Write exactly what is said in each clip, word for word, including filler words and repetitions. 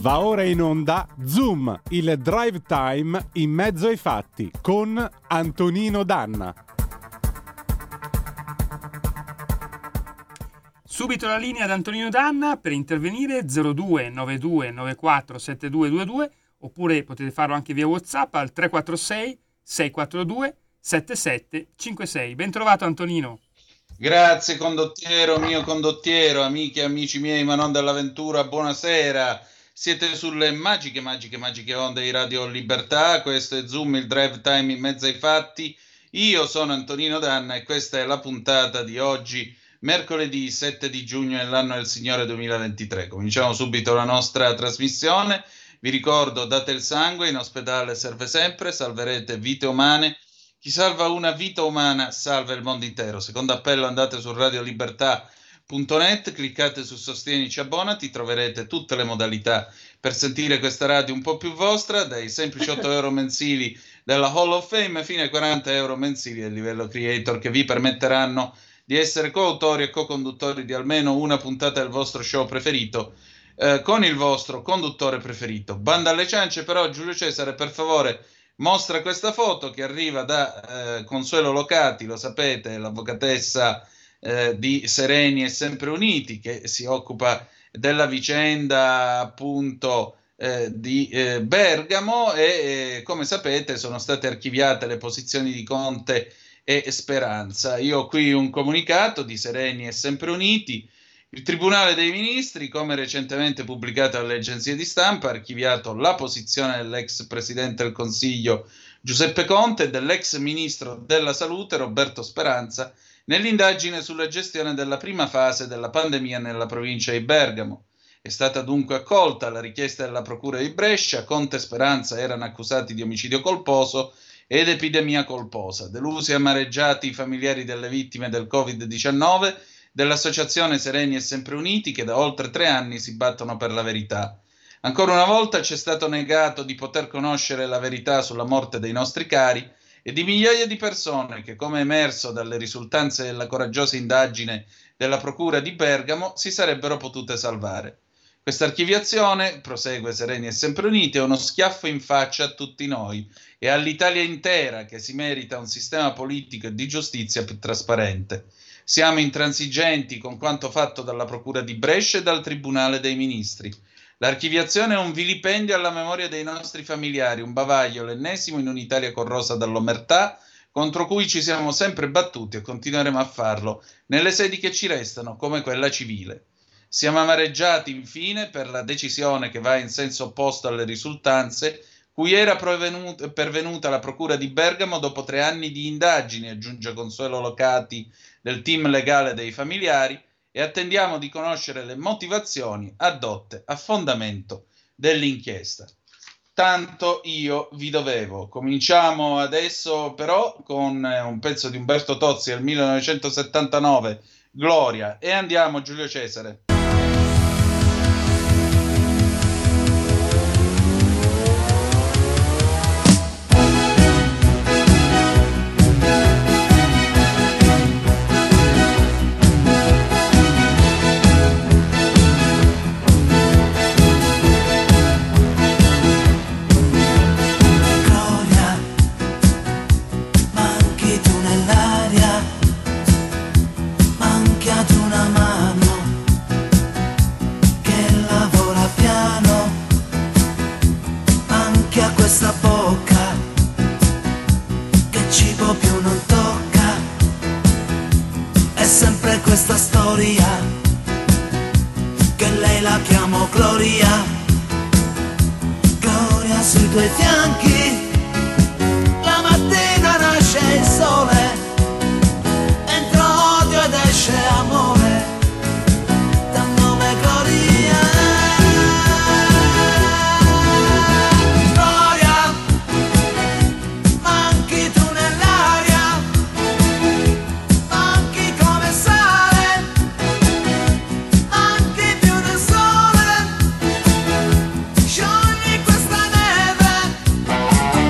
Va ora in onda Zoom, il drive time in mezzo ai fatti con Antonino Danna. Subito la linea ad Antonino Danna per intervenire zero due nove due nove quattro sette due due due oppure potete farlo anche via WhatsApp al tre quattro sei sei quattro due sette sette cinque sei. Ben trovato Antonino. Grazie condottiero, mio condottiero, amiche e amici miei, ma non dell'avventura, buonasera. Siete sulle magiche, magiche, magiche onde di Radio Libertà. Questo è Zoom, il drive time in mezzo ai fatti. Io sono Antonino Danna e questa è la puntata di oggi, mercoledì sette di giugno dell'anno del Signore duemilaventitré. Cominciamo subito la nostra trasmissione. Vi ricordo, date il sangue, in ospedale serve sempre, salverete vite umane. Chi salva una vita umana salva il mondo intero. Secondo appello, andate su radio libertà punto net, cliccate su Sostienici, abbonati, troverete tutte le modalità per sentire questa radio un po' più vostra, dai semplici otto euro mensili della Hall of Fame fino ai quaranta euro mensili del livello creator, che vi permetteranno di essere coautori e co-conduttori di almeno una puntata del vostro show preferito, eh, con il vostro conduttore preferito. Banda alle ciance, però, Giulio Cesare, per favore, mostra questa foto che arriva da eh, Consuelo Locati, lo sapete, l'avvocatessa eh, di Sereni e Sempre Uniti, che si occupa della vicenda appunto eh, di eh, Bergamo e eh, come sapete sono state archiviate le posizioni di Conte e Speranza. Io ho qui un comunicato di Sereni e Sempre Uniti. Il Tribunale dei Ministri, come recentemente pubblicato dalle agenzie di stampa, ha archiviato la posizione dell'ex Presidente del Consiglio Giuseppe Conte e dell'ex Ministro della Salute Roberto Speranza nell'indagine sulla gestione della prima fase della pandemia nella provincia di Bergamo. È stata dunque accolta la richiesta della Procura di Brescia. Conte e Speranza erano accusati di omicidio colposo ed epidemia colposa. Delusi e amareggiati i familiari delle vittime del covid diciannove, dell'associazione Sereni e Sempre Uniti, che da oltre tre anni si battono per la verità. Ancora una volta ci è stato negato di poter conoscere la verità sulla morte dei nostri cari e di migliaia di persone che, come emerso dalle risultanze della coraggiosa indagine della Procura di Bergamo, si sarebbero potute salvare. Questa archiviazione, prosegue Sereni e Sempre Uniti, è uno schiaffo in faccia a tutti noi e all'Italia intera, che si merita un sistema politico e di giustizia più trasparente. Siamo intransigenti con quanto fatto dalla Procura di Brescia e dal Tribunale dei Ministri. L'archiviazione è un vilipendio alla memoria dei nostri familiari, un bavaglio, l'ennesimo in un'Italia corrosa dall'omertà, contro cui ci siamo sempre battuti e continueremo a farlo nelle sedi che ci restano, come quella civile. Siamo amareggiati infine per la decisione che va in senso opposto alle risultanze cui era pervenuta la Procura di Bergamo dopo tre anni di indagini, aggiunge Consuelo Locati del team legale dei familiari, e attendiamo di conoscere le motivazioni addotte a fondamento dell'inchiesta. Tanto io vi dovevo. Cominciamo adesso però con un pezzo di Umberto Tozzi del millenovecentosettantanove, Gloria, e andiamo, Giulio Cesare. Questa storia che lei la chiamo Gloria, Gloria sui tuoi fianchi, la mattina nasce il sole, entra odio ed esce amore, dal nome Gloria. Gloria, manchi tu nell'aria, manchi come sale, manchi più del sole, sciogli questa neve.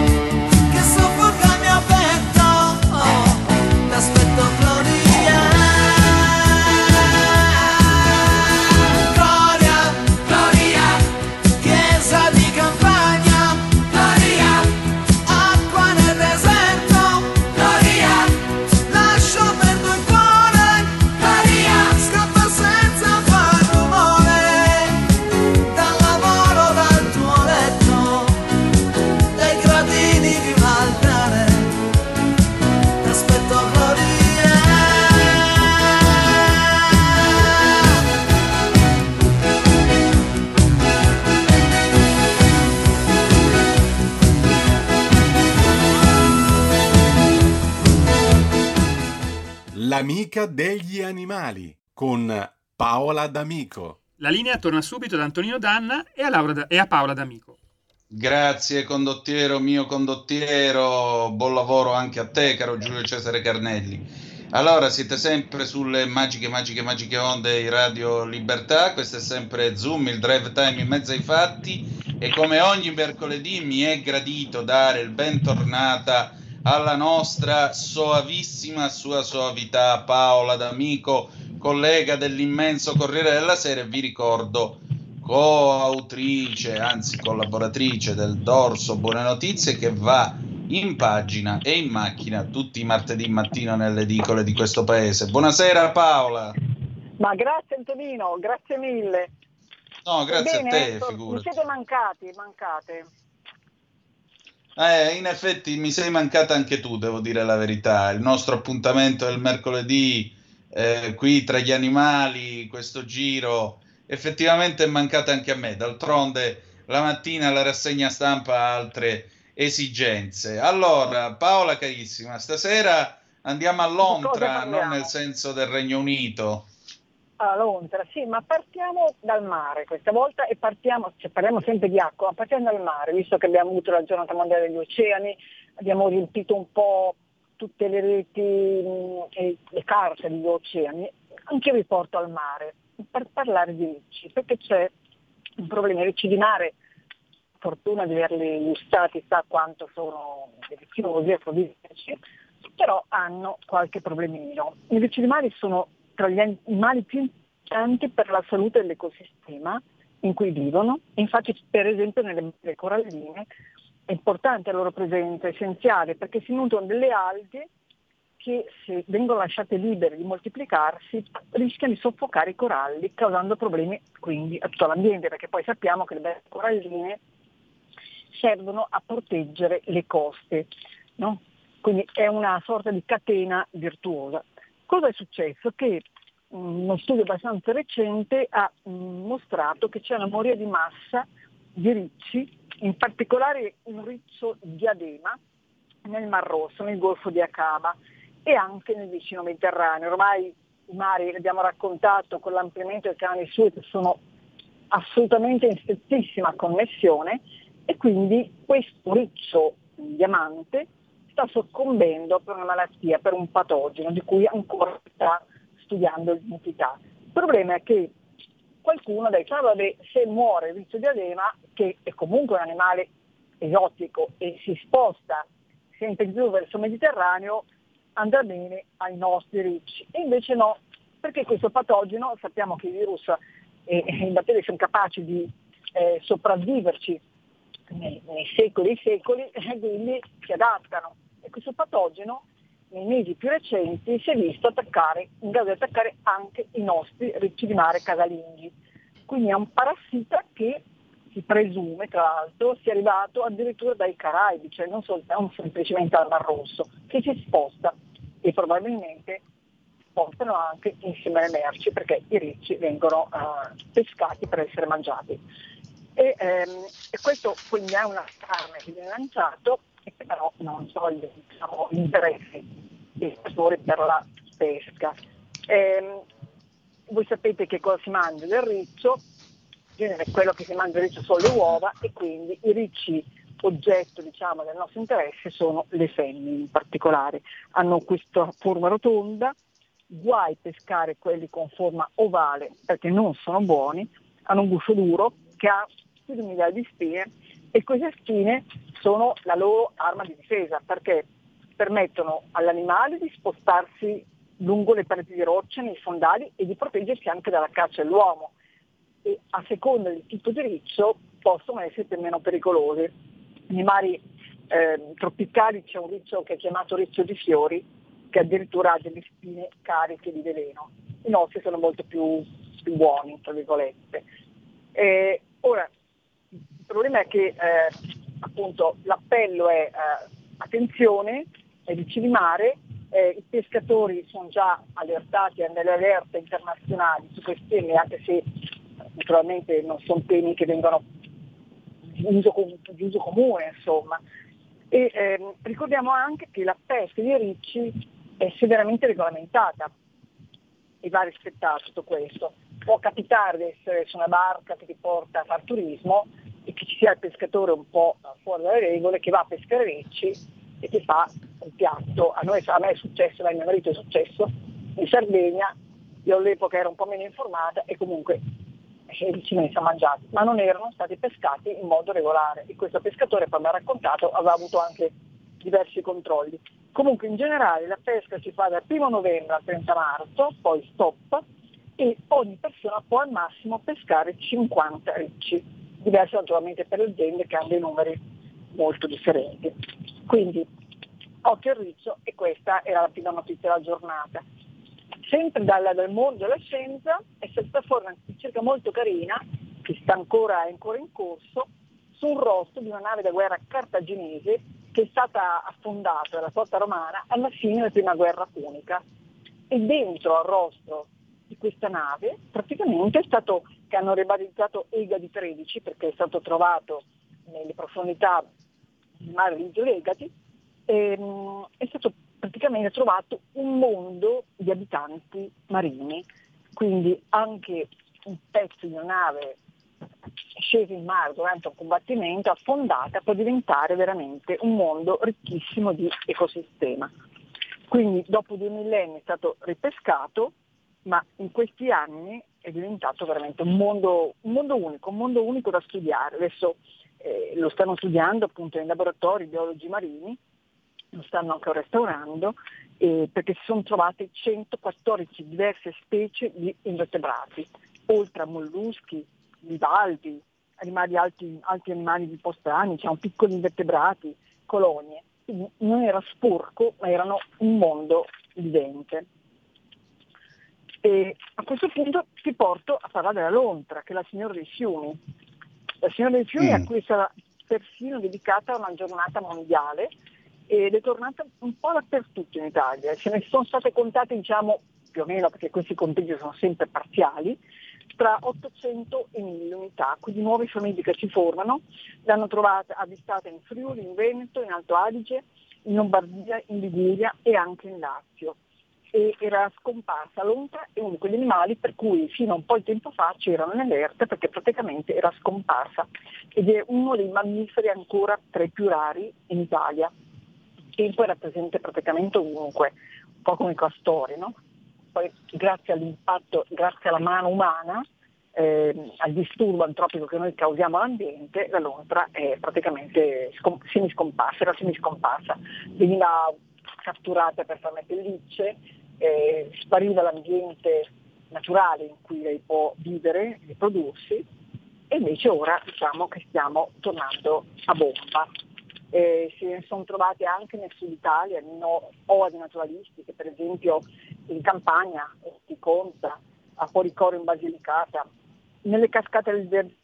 L'amica degli animali con Paola D'Amico. La linea torna subito da Antonino Danna e a, Laura da- e a Paola D'Amico. Grazie condottiero, mio condottiero, buon lavoro anche a te, caro Giulio Cesare Carnelli. Allora, siete sempre sulle magiche, magiche, magiche onde di Radio Libertà, questo è sempre Zoom, il drive time in mezzo ai fatti, e come ogni mercoledì mi è gradito dare il bentornata alla nostra soavissima sua soavità Paola D'Amico, collega dell'immenso Corriere della Sera, e vi ricordo coautrice, anzi collaboratrice del Dorso Buone Notizie, che va in pagina e in macchina tutti i martedì mattino nelle edicole di questo paese. Buonasera Paola. Ma grazie Antonino, grazie mille. No, grazie Bene, a te, so, figurati. mi siete mancati, mancate. Eh, in effetti mi sei mancata anche tu, devo dire la verità. Il nostro appuntamento è il mercoledì, eh, qui tra gli animali, questo giro, effettivamente è mancata anche a me. D'altronde la mattina la rassegna stampa ha altre esigenze. Allora, Paola carissima, stasera andiamo a Londra, non nel senso del Regno Unito. A Londra, sì, ma partiamo dal mare questa volta e partiamo, cioè parliamo sempre di acqua, ma partiamo dal mare, visto che abbiamo avuto la giornata mondiale degli oceani, abbiamo riempito un po' tutte le reti mh, e le carte degli oceani. Anche io vi porto al mare per parlare di ricci, perché c'è un problema. I ricci di mare, fortuna di averli gustati, sa quanto sono deliziosi e afrodisiaci, però hanno qualche problemino. I ricci di mare sono tra gli animali più importanti per la salute dell'ecosistema in cui vivono. Infatti, per esempio, nelle mare coralline è importante la loro presenza, essenziale, perché si nutrono delle alghe che, se vengono lasciate libere di moltiplicarsi, rischiano di soffocare i coralli, causando problemi quindi a tutto l'ambiente, perché poi sappiamo che le mare coralline servono a proteggere le coste, no? Quindi è una sorta di catena virtuosa. Cosa è successo? Che uno studio abbastanza recente ha mh, mostrato che c'è una moria di massa di ricci, in particolare un riccio diadema nel Mar Rosso, nel Golfo di Aqaba e anche nel vicino Mediterraneo. Ormai i mari, l'abbiamo raccontato, con l'ampliamento del canale di Suez sono assolutamente in strettissima connessione, e quindi questo riccio diamante sta soccombendo per una malattia, per un patogeno di cui ancora sta studiando l'identità. Il problema è che qualcuno ha detto, ah, vabbè, se muore il riccio diadema, che è comunque un animale esotico e si sposta sempre più verso il Mediterraneo, andrà bene ai nostri ricci. E invece no, perché questo patogeno, sappiamo che i virus e, e i batteri sono capaci di eh, sopravviverci nei, nei secoli e secoli, e quindi si adattano. E questo patogeno nei mesi più recenti si è visto attaccare, in grado di attaccare anche i nostri ricci di mare casalinghi. Quindi è un parassita che si presume, tra l'altro, sia arrivato addirittura dai Caraibi, cioè non soltanto semplicemente dal Mar Rosso, che si sposta e probabilmente spostano anche insieme alle merci, perché i ricci vengono uh, pescati per essere mangiati. E, ehm, e questo quindi è una carne che viene lanciato, e che però non toglie, diciamo, gli interessi dei pescatori per la pesca. Ehm, voi sapete che cosa si mangia del riccio? In genere quello che si mangia del riccio sono le uova, e quindi i ricci oggetto, diciamo, del nostro interesse sono le femmine in particolare. Hanno questa forma rotonda, guai pescare quelli con forma ovale perché non sono buoni, hanno un guscio duro che ha più di un migliaio di spine, e queste spine sono la loro arma di difesa, perché permettono all'animale di spostarsi lungo le pareti di roccia, nei fondali, e di proteggersi anche dalla caccia dell'uomo, e a seconda del tipo di riccio possono essere più o meno pericolose. Nei mari eh, tropicali c'è un riccio che è chiamato riccio di fiori, che addirittura ha delle spine cariche di veleno. I nostri sono molto più, più buoni, tra virgolette. Eh, ora, il problema è che eh, appunto l'appello è eh, attenzione, ai ricci di mare, eh, i pescatori sono già allertati nelle allerte internazionali su questi temi, anche se naturalmente non sono temi che vengono di uso, com- di uso comune, insomma. E ehm, ricordiamo anche che la pesca dei ricci è severamente regolamentata e va rispettato tutto questo. Può capitare di essere su una barca che ti porta a far turismo e che ci sia il pescatore un po' fuori dalle regole che va a pescare ricci e ti fa un piatto. A, noi, a me è successo, a mio marito è successo, in Sardegna, io all'epoca ero un po' meno informata e comunque i ricci me li siamo mangiati, ma non erano stati pescati in modo regolare e questo pescatore, poi mi ha raccontato, aveva avuto anche diversi controlli. Comunque in generale la pesca si fa dal primo novembre al trenta marzo, poi stop, e ogni persona può al massimo pescare cinquanta ricci, diversi naturalmente per le aziende che hanno dei numeri molto differenti. Quindi occhio al riccio, e questa era la prima notizia della giornata. Sempre dal, dal mondo della scienza è stata fuori una ricerca molto carina, che sta ancora, è ancora in corso, su un rostro di una nave da guerra cartaginese che è stata affondata dalla flotta romana alla fine della prima guerra punica. E dentro al rostro di questa nave praticamente è stato, che hanno ribattezzato Egadi tredici perché è stato trovato nelle profondità del mare di Egadi, ehm, è stato praticamente trovato un mondo di abitanti marini, quindi anche un pezzo di una nave scesa in mare durante un combattimento, affondata, può diventare veramente un mondo ricchissimo di ecosistema. Quindi dopo due millenni è stato ripescato, ma in questi anni è diventato veramente un mondo, un mondo unico, un mondo unico da studiare. Adesso eh, lo stanno studiando appunto nei laboratori biologi marini, lo stanno anche restaurando, eh, perché si sono trovate centoquattordici diverse specie di invertebrati, oltre a molluschi, bivalvi, animali alti, altri animali di po' strani, diciamo, piccoli invertebrati, colonie. Quindi non era sporco, ma erano un mondo vivente. E a questo punto ti porto a parlare della lontra, che è la signora dei fiumi. La signora dei fiumi mm. a cui sarà persino dedicata una giornata mondiale, ed è tornata un po' dappertutto in Italia. Ce ne sono state contate, diciamo, più o meno, perché questi conteggi sono sempre parziali, tra ottocento e mille unità, quindi nuove famiglie che si formano. L'hanno trovata avvistata in Friuli, in Veneto, in Alto Adige, in Lombardia, in Liguria e anche in Lazio. E era scomparsa. L'ontra è uno di quegli animali per cui fino a un po' di tempo fa c'erano in allerta, perché praticamente era scomparsa, ed è uno dei mammiferi ancora tra i più rari in Italia. Il tempo era presente praticamente ovunque, un po' come i castori, no? Poi grazie all'impatto, grazie alla mano umana, eh, al disturbo antropico che noi causiamo all'ambiente, la lontra è praticamente scom- semi-scomparsa, era semi-scomparsa, veniva catturata per fare pellicce, eh, spariva l'ambiente naturale in cui lei può vivere, riprodursi, e invece ora diciamo che stiamo tornando a bomba. Eh, si ne sono trovate anche nel sud Italia, no, oasi naturalistiche, per esempio in Campania, di Conta, a Poricoro in Basilicata, nelle cascate del Ver...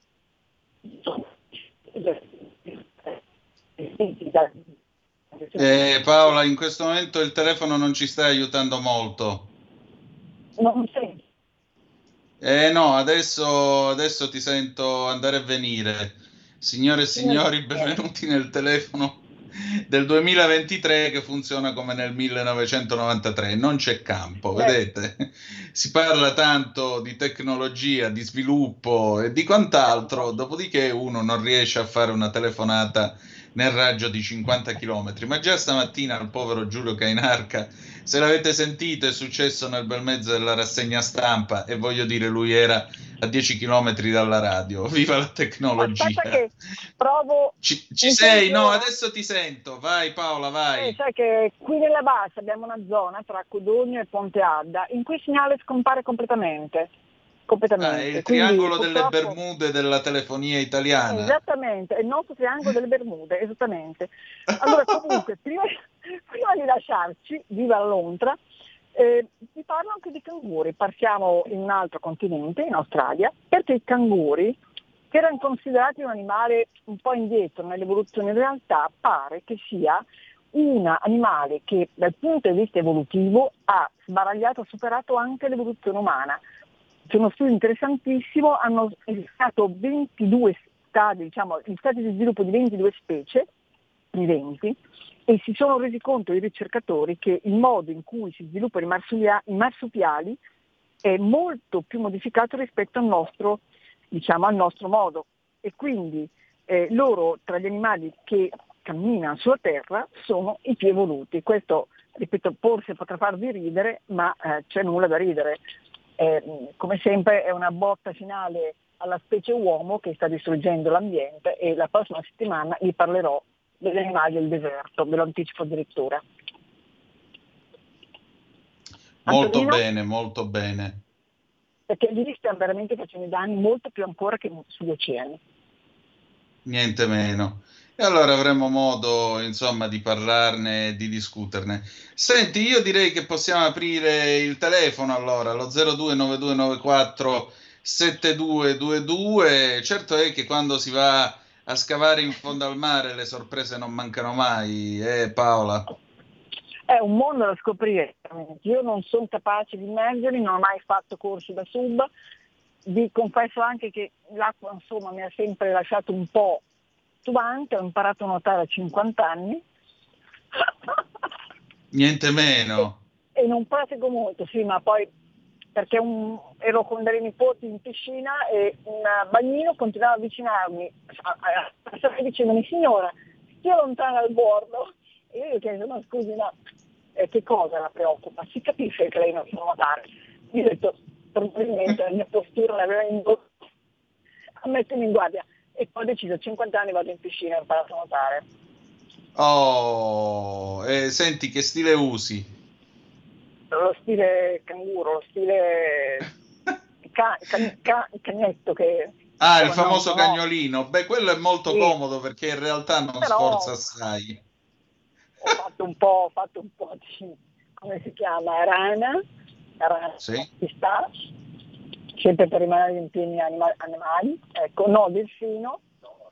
Eh, Paola, in questo momento il telefono non ci sta aiutando molto. Non sento. Eh no, adesso, adesso ti sento andare e venire. Signore e signori, benvenuti nel telefono del duemilaventitré che funziona come nel millenovecentonovantatré. Non c'è campo, vedete? Si parla tanto di tecnologia, di sviluppo e di quant'altro, dopodiché uno non riesce a fare una telefonata nel raggio di cinquanta chilometri. Ma già stamattina al povero Giulio Cainarca, se l'avete sentito, è successo nel bel mezzo della rassegna stampa, e voglio dire, lui era a dieci chilometri dalla radio. Viva la tecnologia! Aspetta che provo. Ci, ci sei? No, adesso ti sento. Vai Paola, vai. Eh, sai che qui nella bassa abbiamo una zona tra Codogno e Ponte Adda in cui il segnale scompare completamente. completamente. Ah, è il Quindi, triangolo purtroppo... delle Bermude della telefonia italiana. Esattamente, è il nostro triangolo delle Bermude, esattamente. Allora comunque, prima, prima di lasciarci, viva la lontra, eh, vi parlo anche di canguri. Partiamo in un altro continente, in Australia, perché i canguri, che erano considerati un animale un po' indietro nell'evoluzione, in realtà pare che sia un animale che dal punto di vista evolutivo ha sbaragliato, ha superato anche l'evoluzione umana. C'è uno studio interessantissimo, hanno registrato ventidue stadi, diciamo, gli stati di sviluppo di ventidue specie viventi, e si sono resi conto i ricercatori che il modo in cui si sviluppano i, marsupia- i marsupiali è molto più modificato rispetto al nostro, diciamo, al nostro modo, e quindi eh, loro tra gli animali che camminano sulla terra sono i più evoluti. Questo, ripeto, forse potrà farvi ridere, ma eh, c'è nulla da ridere. Eh, come sempre è una botta finale alla specie uomo che sta distruggendo l'ambiente, e la prossima settimana vi parlerò degli animali del deserto, ve lo anticipo addirittura. Molto Antonino? bene, molto bene. Perché lì stiamo veramente facendo danni molto più ancora che sugli oceani. Niente meno. E allora avremo modo, insomma, di parlarne e di discuterne. Senti, io direi che possiamo aprire il telefono allora, lo zero due nove due nove quattro sette due due due. Certo è che quando si va a scavare in fondo al mare le sorprese non mancano mai, eh Paola? È un mondo da scoprire. Io non sono capace di immergermi, non ho mai fatto corsi da sub. Vi confesso anche che l'acqua, insomma, mi ha sempre lasciato un po' tubante. Ho imparato a nuotare a cinquanta anni. Niente meno. E, e non pratico molto, sì, ma poi perché un, ero con delle nipoti in piscina e un bagnino continuava a avvicinarmi, a, a, a, dicendomi: signora, stia lontana dal bordo. E io gli ho chiesto: ma scusi, ma eh, che cosa la preoccupa? Si capisce che lei non sa nuotare. Io ho detto: probabilmente la mia postura l'aveva indotto a mettermi in guardia, e poi ho deciso: a cinquanta anni vado in piscina e ho imparato a nuotare. Oh, eh, senti, che stile usi? Lo stile canguro, lo stile ca- ca- ca- cagnetto che... Ah, il no, famoso no. cagnolino. Beh, quello è molto Sì. comodo perché in realtà non Però sforza assai. ho fatto un po', ho fatto un po' di, come si chiama, rana, rana Sì. ci sta, sempre per rimanere in pieni anima- animali, ecco, no, delfino,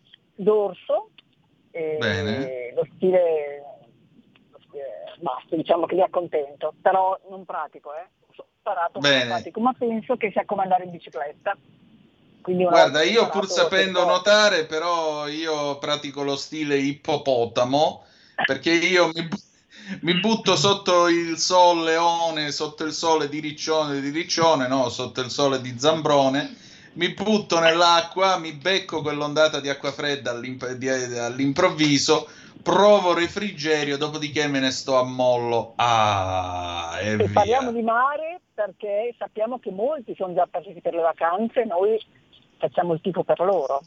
dorso, e Bene. lo stile, lo stile, basta, diciamo che li accontento, però non pratico, eh. Ho imparato, ma non Bene. pratico, ma penso che sia come andare in bicicletta. Quindi una Guarda, volta io imparato, pur sapendo lo so. nuotare, però io pratico lo stile ippopotamo perché io mi, bu- mi butto sotto il sole leone, sotto il sole di Riccione, di Riccione, no, sotto il sole di Zambrone, mi butto nell'acqua, mi becco quell'ondata di acqua fredda all'imp- di- all'improvviso, provo refrigerio, dopodiché me ne sto a mollo. Ah, e E parliamo via. di mare perché sappiamo che molti sono già partiti per le vacanze, noi facciamo il tifo per loro.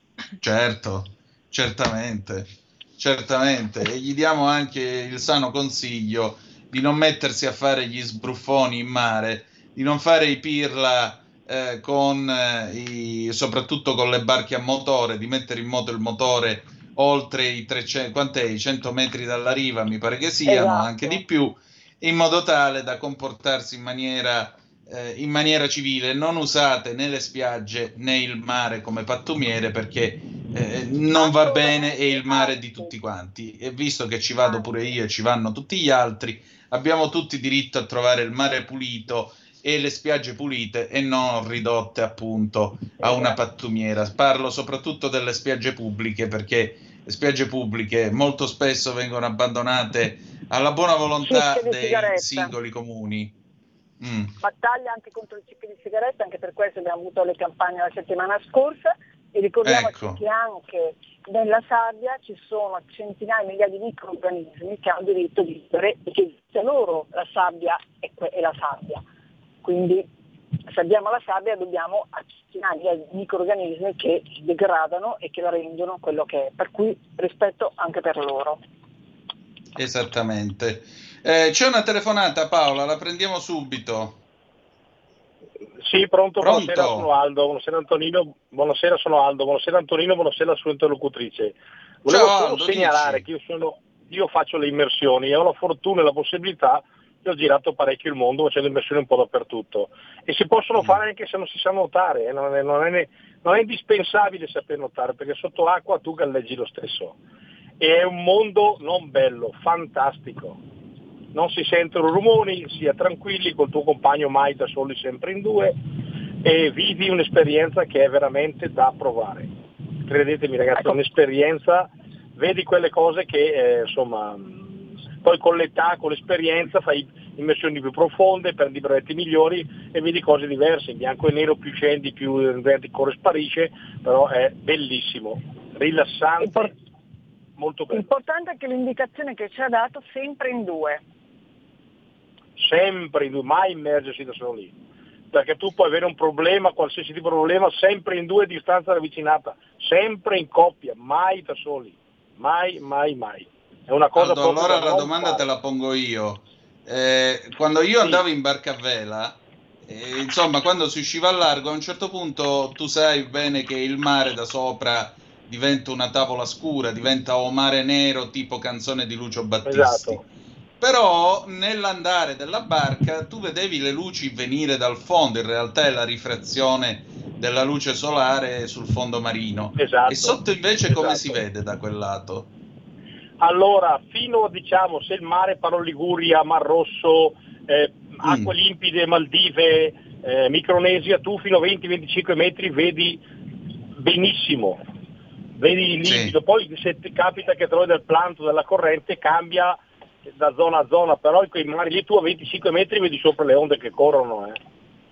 Certo, certamente, certamente. E gli diamo anche il sano consiglio di non mettersi a fare gli sbruffoni in mare, di non fare i pirla eh, con eh, i, soprattutto con le barche a motore, di mettere in moto il motore oltre i trecento, quant'è, i cento metri dalla riva, mi pare che siano, anche Esatto. di più, in modo tale da comportarsi in maniera eh, in maniera civile. Non usate né le spiagge né il mare come pattumiere perché eh, non va bene, è Assolutamente, il mare di anzi, tutti quanti, e visto che ci vado pure anzi. io e ci vanno tutti gli altri, abbiamo tutti diritto a trovare il mare pulito e le spiagge pulite e non ridotte appunto a una Esatto. pattumiera. Parlo soprattutto delle spiagge pubbliche perché le spiagge pubbliche molto spesso vengono abbandonate alla buona volontà Cicche di dei sigaretta. singoli comuni. Mm. Battaglia anche contro le cicche di sigaretta, anche per questo abbiamo avuto le campagne la settimana scorsa, e ricordiamoci Ecco, che anche nella sabbia ci sono centinaia di migliaia di microrganismi che hanno diritto di vivere e che esiste loro la sabbia e que- e la sabbia. Quindi se abbiamo la sabbia dobbiamo a centinaia di microrganismi che si degradano e che la rendono quello che è, per cui rispetto anche per loro. esattamente. Eh, c'è una telefonata, Paola, la prendiamo subito. Sì, pronto, buonasera, Pronto? sono Aldo, buonasera Antonino, buonasera, sono Aldo, buonasera Antonino, buonasera sua interlocutrice. Volevo Ciao solo Aldo, segnalare dici. che io, sono, io faccio le immersioni e ho la fortuna e la possibilità, che ho girato parecchio il mondo facendo immersioni un po' dappertutto, e si possono Mm. fare anche se non si sa nuotare, eh, non, è, non, è, non è indispensabile saper nuotare, perché sotto l'acqua tu galleggi lo stesso. E è un mondo non bello, fantastico. Non si sentono rumori, sia tranquilli, col tuo compagno mai da soli, sempre in due, e vivi un'esperienza che è veramente da provare. Credetemi ragazzi, è Ecco. un'esperienza, vedi quelle cose che eh, insomma Poi con l'età, con l'esperienza fai immersioni più profonde, prendi brevetti migliori e vedi cose diverse, in bianco e nero più scendi, più il corre sparisce, però è bellissimo, rilassante, Import- molto bello. Importante è che l'indicazione che ci ha dato sempre in due. Sempre in due, mai immergersi da soli, perché tu puoi avere un problema, qualsiasi tipo di problema, sempre in due, distanza ravvicinata, sempre in coppia, mai da soli, mai, mai, mai. È una cosa Aldo, proprio allora da la non domanda fare. te la pongo io. Eh, quando io Sì. andavo in barca a vela, eh, insomma, quando si usciva al largo, a un certo punto tu sai bene che il mare da sopra diventa una tavola scura, diventa o mare nero tipo Canzone di Lucio Battisti. Esatto. Però nell'andare della barca tu vedevi le luci venire dal fondo, in realtà è la rifrazione della luce solare sul fondo marino. Esatto. E sotto invece come si Esatto. vede da quel lato? Allora, fino a, diciamo, se il mare parlo Liguria, Mar Rosso, eh, acque Mm. limpide, Maldive, eh, Micronesia, tu fino a venti venticinque metri vedi benissimo, vedi limpido. Sì. Poi se ti capita che trovi del planto, della corrente, cambia da zona a zona, però in quei mari lì tu a venticinque metri vedi sopra le onde che corrono. Eh.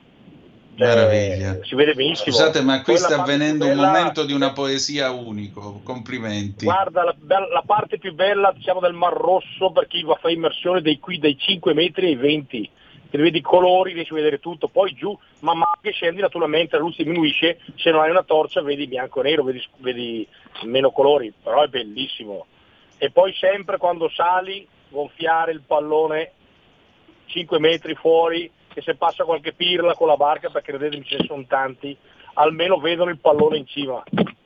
Meraviglia. Eh, si vede benissimo. Scusate, ma qui Poi la sta parte più avvenendo un bella- momento di una poesia unico. Complimenti. Guarda, la, la parte più bella, diciamo, del Mar Rosso, per chi va a fare immersione dei, qui, dai cinque metri ai venti, che vedi i colori, riesci a vedere tutto, poi giù, man mano che scendi naturalmente la luce diminuisce, se non hai una torcia vedi bianco e nero, vedi, vedi meno colori, però è bellissimo. E poi sempre quando sali, gonfiare il pallone cinque metri fuori, che se passa qualche pirla con la barca, perché credetemi ce ne sono tanti, almeno vedono il pallone in cima.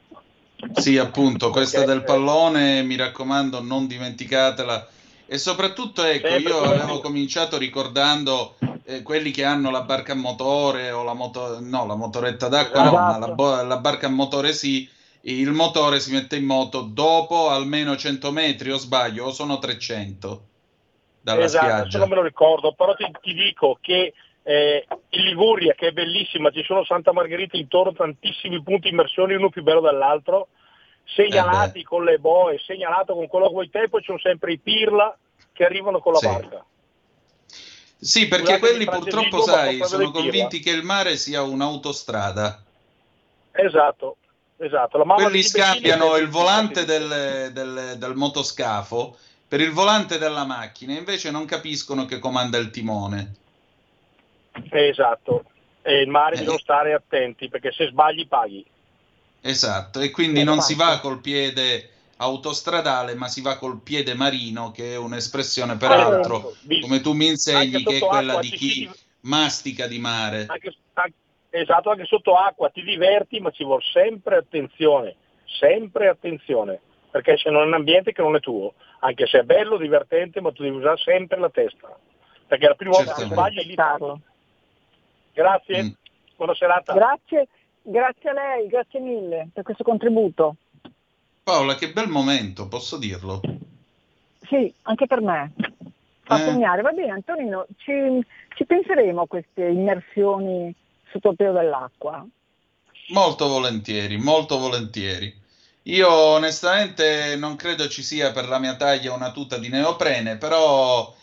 Sì, appunto, questa Perché, del pallone, mi raccomando, non dimenticatela. E soprattutto, ecco, Sempre io come avevo tu. cominciato ricordando eh, quelli che hanno la barca a motore o la moto, no, la motoretta d'acqua no, ma la, Esatto. bo- la barca a motore sì, il motore si mette in moto dopo almeno cento metri, o sbaglio, o sono trecento dalla Esatto, adesso spiaggia. non me lo ricordo, però ti, ti dico che eh, in Liguria, che è bellissima, ci sono Santa Margherita intorno, tantissimi punti immersioni, uno più bello dell'altro, segnalati Eh con le boe, segnalato con quello che vuoi te, poi ci sono sempre i pirla che arrivano con la Sì. barca. Sì, perché Scusate quelli il purtroppo, francesismo, ma sai, proprio sono dei pirla. convinti che il mare sia un'autostrada. Esatto, esatto. La mamma Quelli degli imbecilli scambiano è il volante bellissima, del, del- del motoscafo per il volante della macchina, invece non capiscono che comanda il timone. esatto. E il mare Eh, bisogna stare attenti, perché se sbagli paghi. Esatto, e quindi Sì, non si va infatti. col piede autostradale, ma si va col piede marino, che è un'espressione, Allora, peraltro, Bis- come tu mi anche insegni, che è sotto quella acqua di ci chi si- mastica di mare. Anche, anche- esatto, anche sotto acqua ti diverti, ma ci vuole sempre attenzione, sempre attenzione, perché se non è un ambiente che non è tuo, anche se è bello, divertente, ma tu devi usare sempre la testa, perché la prima volta che Certamente. sbagli è lì. Farlo. Grazie, Mm. buona serata. Grazie, grazie a lei, grazie mille per questo contributo. Paola, che bel momento, posso dirlo? Sì, anche per me. Fa Eh? sognare. Va bene, Antonino, ci, ci penseremo a queste immersioni sotto il pelo dell'acqua. Molto volentieri, molto volentieri. Io onestamente non credo ci sia per la mia taglia una tuta di neoprene, però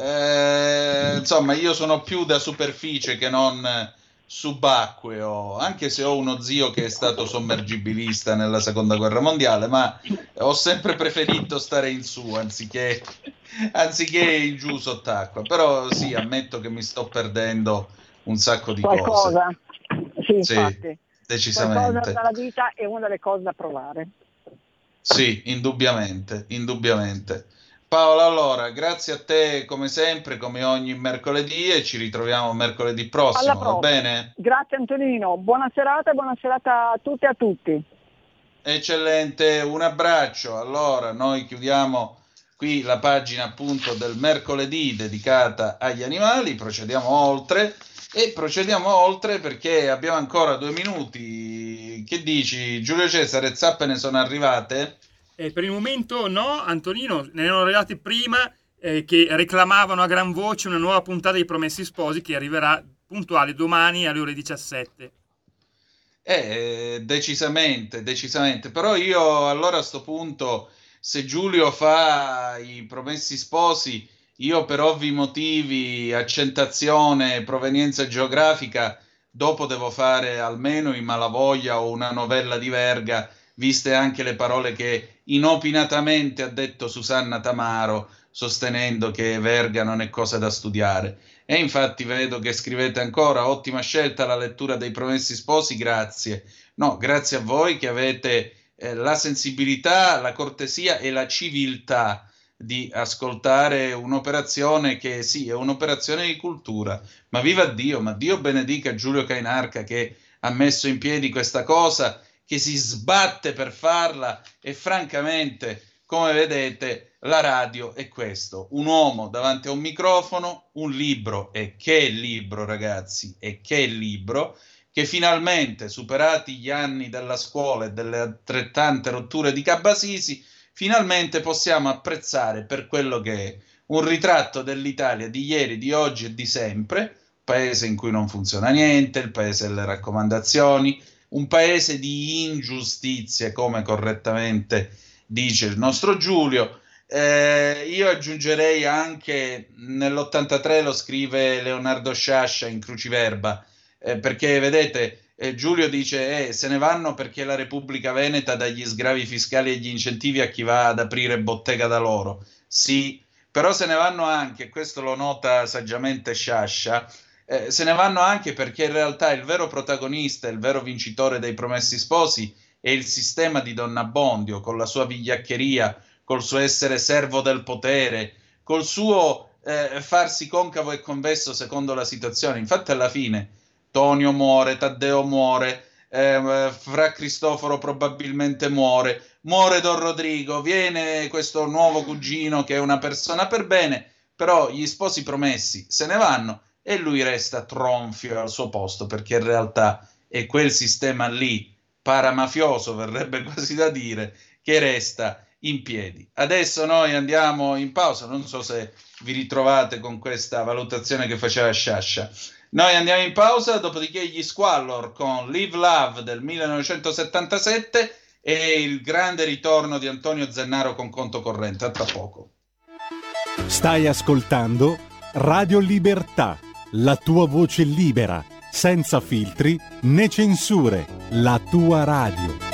eh, insomma io sono più da superficie che non subacqueo, anche se ho uno zio che è stato sommergibilista nella seconda guerra mondiale, ma ho sempre preferito stare in su anziché, anziché in giù sott'acqua. Però sì, ammetto che mi sto perdendo un sacco di cose. Qualcosa? Sì, Sì, infatti. Qualcosa decisamente. dalla vita è una delle cose da provare. Sì, indubbiamente, indubbiamente. Paola, allora, grazie a te come sempre, come ogni mercoledì, e ci ritroviamo mercoledì prossimo, Alla va prossima. bene? Grazie Antonino, buona serata e buona serata a tutte e a tutti. Eccellente, un abbraccio. Allora, noi chiudiamo qui la pagina appunto del mercoledì dedicata agli animali, procediamo oltre e procediamo oltre perché abbiamo ancora due minuti. Che dici, Giulio Cesare? Zappe ne sono arrivate? Eh, per il momento no, Antonino, ne erano arrivati prima eh, che reclamavano a gran voce una nuova puntata dei Promessi Sposi che arriverà puntuale domani alle ore diciassette. Eh, decisamente, decisamente. Però io allora a sto punto, se Giulio fa i Promessi Sposi, io per ovvi motivi, accentazione, provenienza geografica, dopo devo fare almeno i Malavoglia o una novella di Verga, viste anche le parole che inopinatamente ha detto Susanna Tamaro, sostenendo che Verga non è cosa da studiare. E infatti vedo che scrivete ancora: ottima scelta la lettura dei Promessi Sposi, grazie. No, grazie a voi che avete eh, la sensibilità, la cortesia e la civiltà di ascoltare un'operazione che sì, è un'operazione di cultura, ma viva Dio, ma Dio benedica Giulio Cainarca che ha messo in piedi questa cosa, che si sbatte per farla, e francamente, come vedete, la radio è questo: un uomo davanti a un microfono, un libro, e che libro ragazzi, e che libro, che finalmente, superati gli anni della scuola e delle altrettante rotture di Cabasisi, finalmente possiamo apprezzare per quello che è: un ritratto dell'Italia di ieri, di oggi e di sempre, paese in cui non funziona niente, il paese delle raccomandazioni, un paese di ingiustizie, come correttamente dice il nostro Giulio. Eh, io aggiungerei anche, nell'ottantatré lo scrive Leonardo Sciascia in Cruciverba, eh, perché vedete, eh, Giulio dice eh, se ne vanno perché la Repubblica Veneta dà gli sgravi fiscali e gli incentivi a chi va ad aprire bottega da loro. Sì, però se ne vanno anche, questo lo nota saggiamente Sciascia, eh, se ne vanno anche perché in realtà il vero protagonista, il vero vincitore dei Promessi Sposi è il sistema di Don Abbondio, con la sua vigliaccheria, col suo essere servo del potere, col suo eh, farsi concavo e convesso secondo la situazione. Infatti alla fine Tonio muore, Taddeo muore, eh, Fra Cristoforo probabilmente muore, muore Don Rodrigo, viene questo nuovo cugino che è una persona per bene, però gli sposi promessi se ne vanno e lui resta tronfio al suo posto, perché in realtà è quel sistema lì, paramafioso verrebbe quasi da dire, che resta in piedi. Adesso noi andiamo in pausa, non so se vi ritrovate con questa valutazione che faceva Sciascia. Noi andiamo in pausa, dopodiché gli Squallor con Live Love del millenovecentosettantasette e il grande ritorno di Antonio Zennaro con Conto Corrente. A tra poco. Stai ascoltando Radio Libertà, la tua voce libera, senza filtri né censure, la tua radio.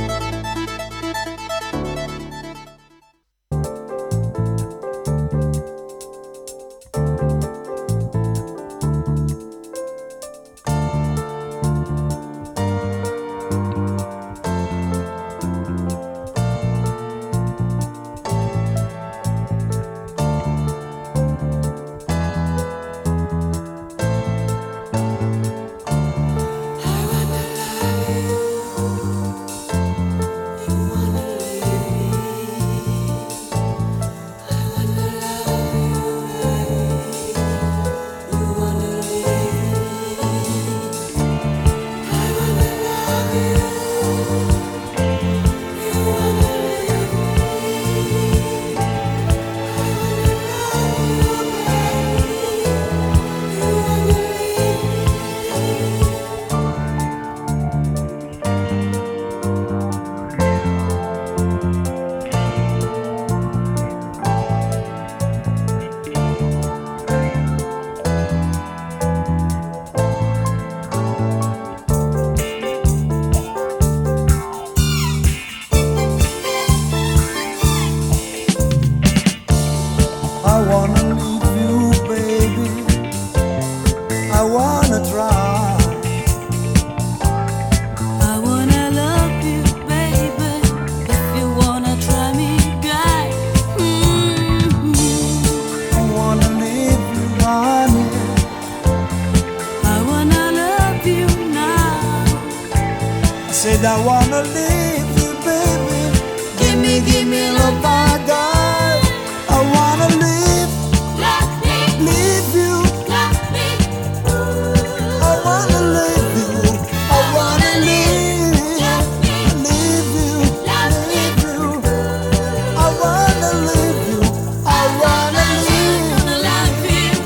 I wanna leave you, baby. Give me, give me love, my God. I wanna leave, love me, leave you, love me. I wanna leave you, I wanna leave, love me, leave you, love leave you. I wanna leave you, I wanna leave, I wanna love you,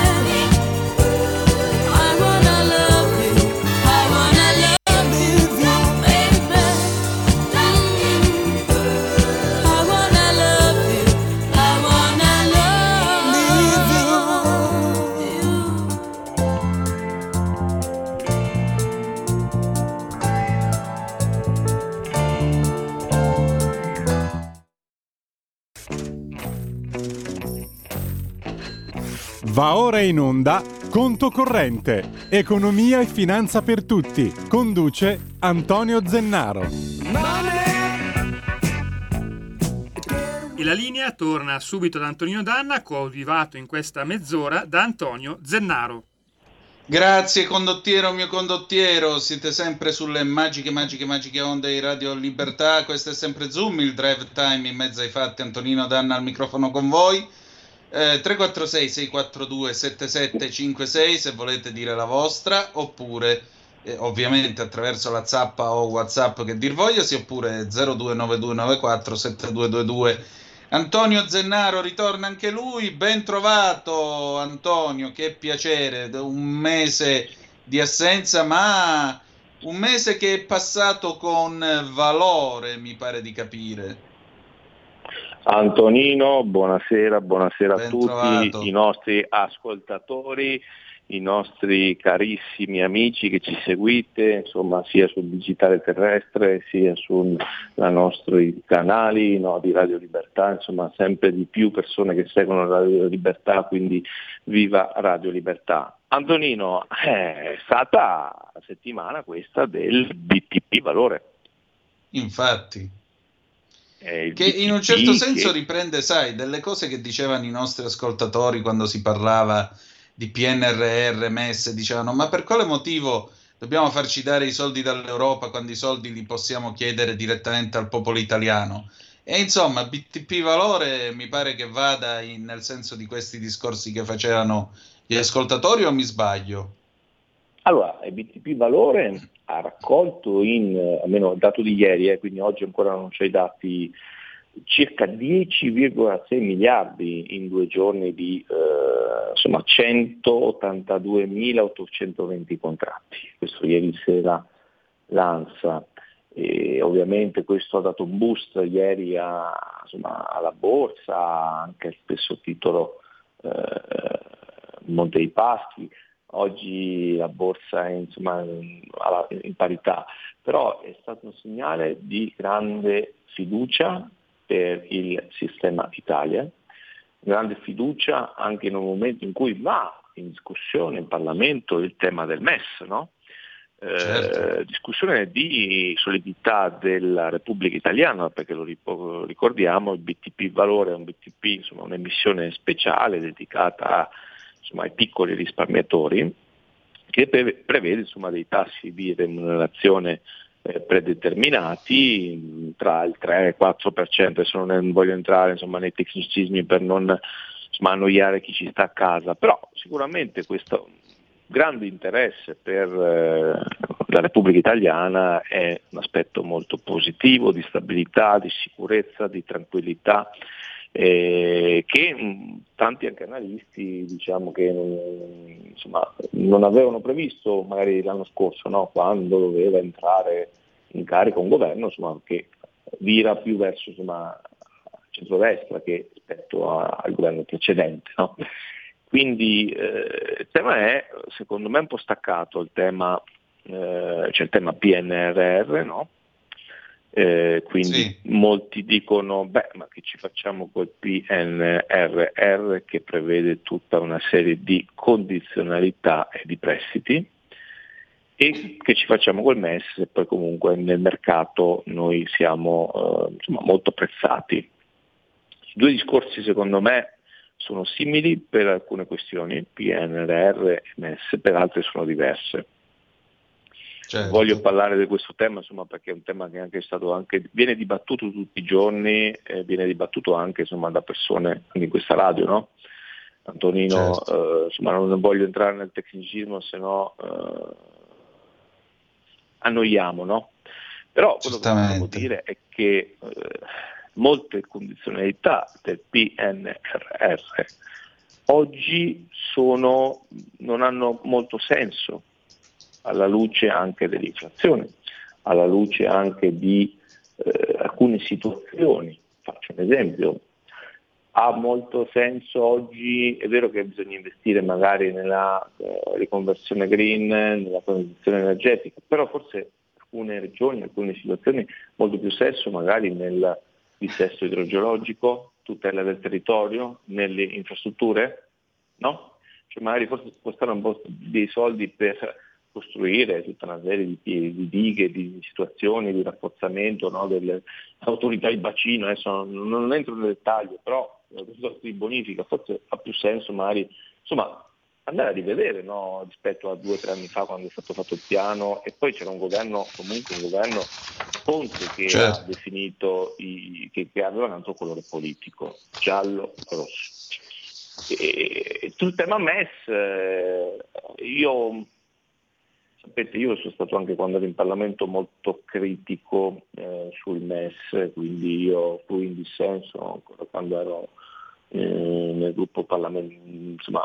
baby. I wanna love you, I wanna love you. Va ora in onda Conto Corrente, economia e finanza per tutti. Conduce Antonio Zennaro. E la linea torna subito da Antonino Danna, coadiuvato in questa mezz'ora da Antonio Zennaro. Grazie condottiero, mio condottiero, siete sempre sulle magiche, magiche, magiche onde di Radio Libertà. Questo è sempre Zoom, il drive time in mezzo ai fatti. Antonino Danna al microfono con voi. Eh, tre quattro sei sei quattro due sette sette cinque sei se volete dire la vostra, oppure eh, ovviamente attraverso la zappa o WhatsApp che dir vogliosi, oppure zero due nove due nove quattro sette due due due. Antonio Zennaro ritorna anche lui, ben trovato Antonio, che piacere, un mese di assenza, ma un mese che è passato con valore, mi pare di capire. Antonino, buonasera, buonasera Ben a tutti trovato. i nostri ascoltatori, i nostri carissimi amici che ci seguite, insomma, sia sul digitale terrestre, sia sui nostri canali, no, di Radio Libertà, insomma, sempre di più persone che seguono Radio Libertà, quindi viva Radio Libertà. Antonino, è stata la settimana questa del B T P Valore. Infatti. Che B T P in un certo senso che... riprende, sai, delle cose che dicevano i nostri ascoltatori quando si parlava di P N R R, M E S, dicevano: ma per quale motivo dobbiamo farci dare i soldi dall'Europa quando i soldi li possiamo chiedere direttamente al popolo italiano? E insomma, B T P Valore mi pare che vada in, nel senso di questi discorsi che facevano gli ascoltatori, o mi sbaglio? Allora, il B T P Valore ha raccolto, in almeno il dato di ieri, eh, quindi oggi ancora non c'è i dati, circa dieci virgola sei miliardi in due giorni di eh, insomma centottantaduemilaottocentoventi contratti. Questo ieri sera l'ANSA. E ovviamente questo ha dato un boost ieri a, insomma, alla borsa, anche al stesso titolo eh, Monte dei Paschi. Oggi la borsa è insomma in parità, però è stato un segnale di grande fiducia per il sistema Italia, grande fiducia anche in un momento in cui va in discussione in Parlamento il tema del M E S, no? Eh, Certo. Discussione di solidità della Repubblica Italiana, perché lo ricordiamo, il B T P Valore è un B T P, insomma, un'emissione speciale dedicata a insomma, ai piccoli risparmiatori, che prevede insomma, dei tassi di remunerazione eh, predeterminati tra il tre e il quattro per cento. Adesso non voglio entrare insomma, nei tecnicismi per non insomma, annoiare chi ci sta a casa, però sicuramente questo grande interesse per eh, la Repubblica Italiana è un aspetto molto positivo di stabilità, di sicurezza, di tranquillità, Eh, che mh, tanti anche analisti diciamo che non, insomma, non avevano previsto magari l'anno scorso, no? Quando doveva entrare in carica un governo insomma, che vira più verso insomma, centrodestra che rispetto a, al governo precedente, no? Quindi eh, il tema è secondo me un po' staccato il tema, eh, cioè il tema P N R R, no? Eh, quindi sì. Molti dicono beh ma che ci facciamo col P N R R che prevede tutta una serie di condizionalità e di prestiti, e che ci facciamo col M E S se poi comunque nel mercato noi siamo eh, insomma, molto apprezzati. I due discorsi secondo me sono simili per alcune questioni, P N R R e M E S, per altre sono diverse. Certo. Voglio parlare di questo tema insomma, perché è un tema che anche è stato anche, viene dibattuto tutti i giorni, eh, viene dibattuto anche insomma, da persone anche in questa radio, no? Antonino, certo. eh, insomma, non, non voglio entrare nel tecnicismo, se no eh, annoiamo, no? Però quello che possiamo dire è che eh, molte condizionalità del P N R R oggi sono, non hanno molto senso, alla luce anche dell'inflazione, alla luce anche di eh, alcune situazioni. Faccio un esempio, ha molto senso oggi, è vero che bisogna investire magari nella eh, riconversione green, nella transizione energetica, però forse alcune regioni, alcune situazioni molto più senso magari nel dissesto idrogeologico, tutela del territorio, nelle infrastrutture, no? cioè magari forse costano un po' dei soldi per costruire tutta una serie di, di dighe, di situazioni, di rafforzamento, no, delle autorità di bacino, adesso non, non entro nel dettaglio, però questo di bonifica forse ha più senso magari, insomma, andare a rivedere, no, rispetto a due o tre anni fa quando è stato fatto il piano, e poi c'era un governo, comunque un governo Conte che certo. ha definito, i, che, che aveva un altro colore politico, giallo, rosso. E, sul tema M E S, eh, io sapete, io sono stato anche quando ero in Parlamento molto critico eh, sul M E S, quindi io fui in dissenso ancora quando ero eh, nel gruppo parlamentare, insomma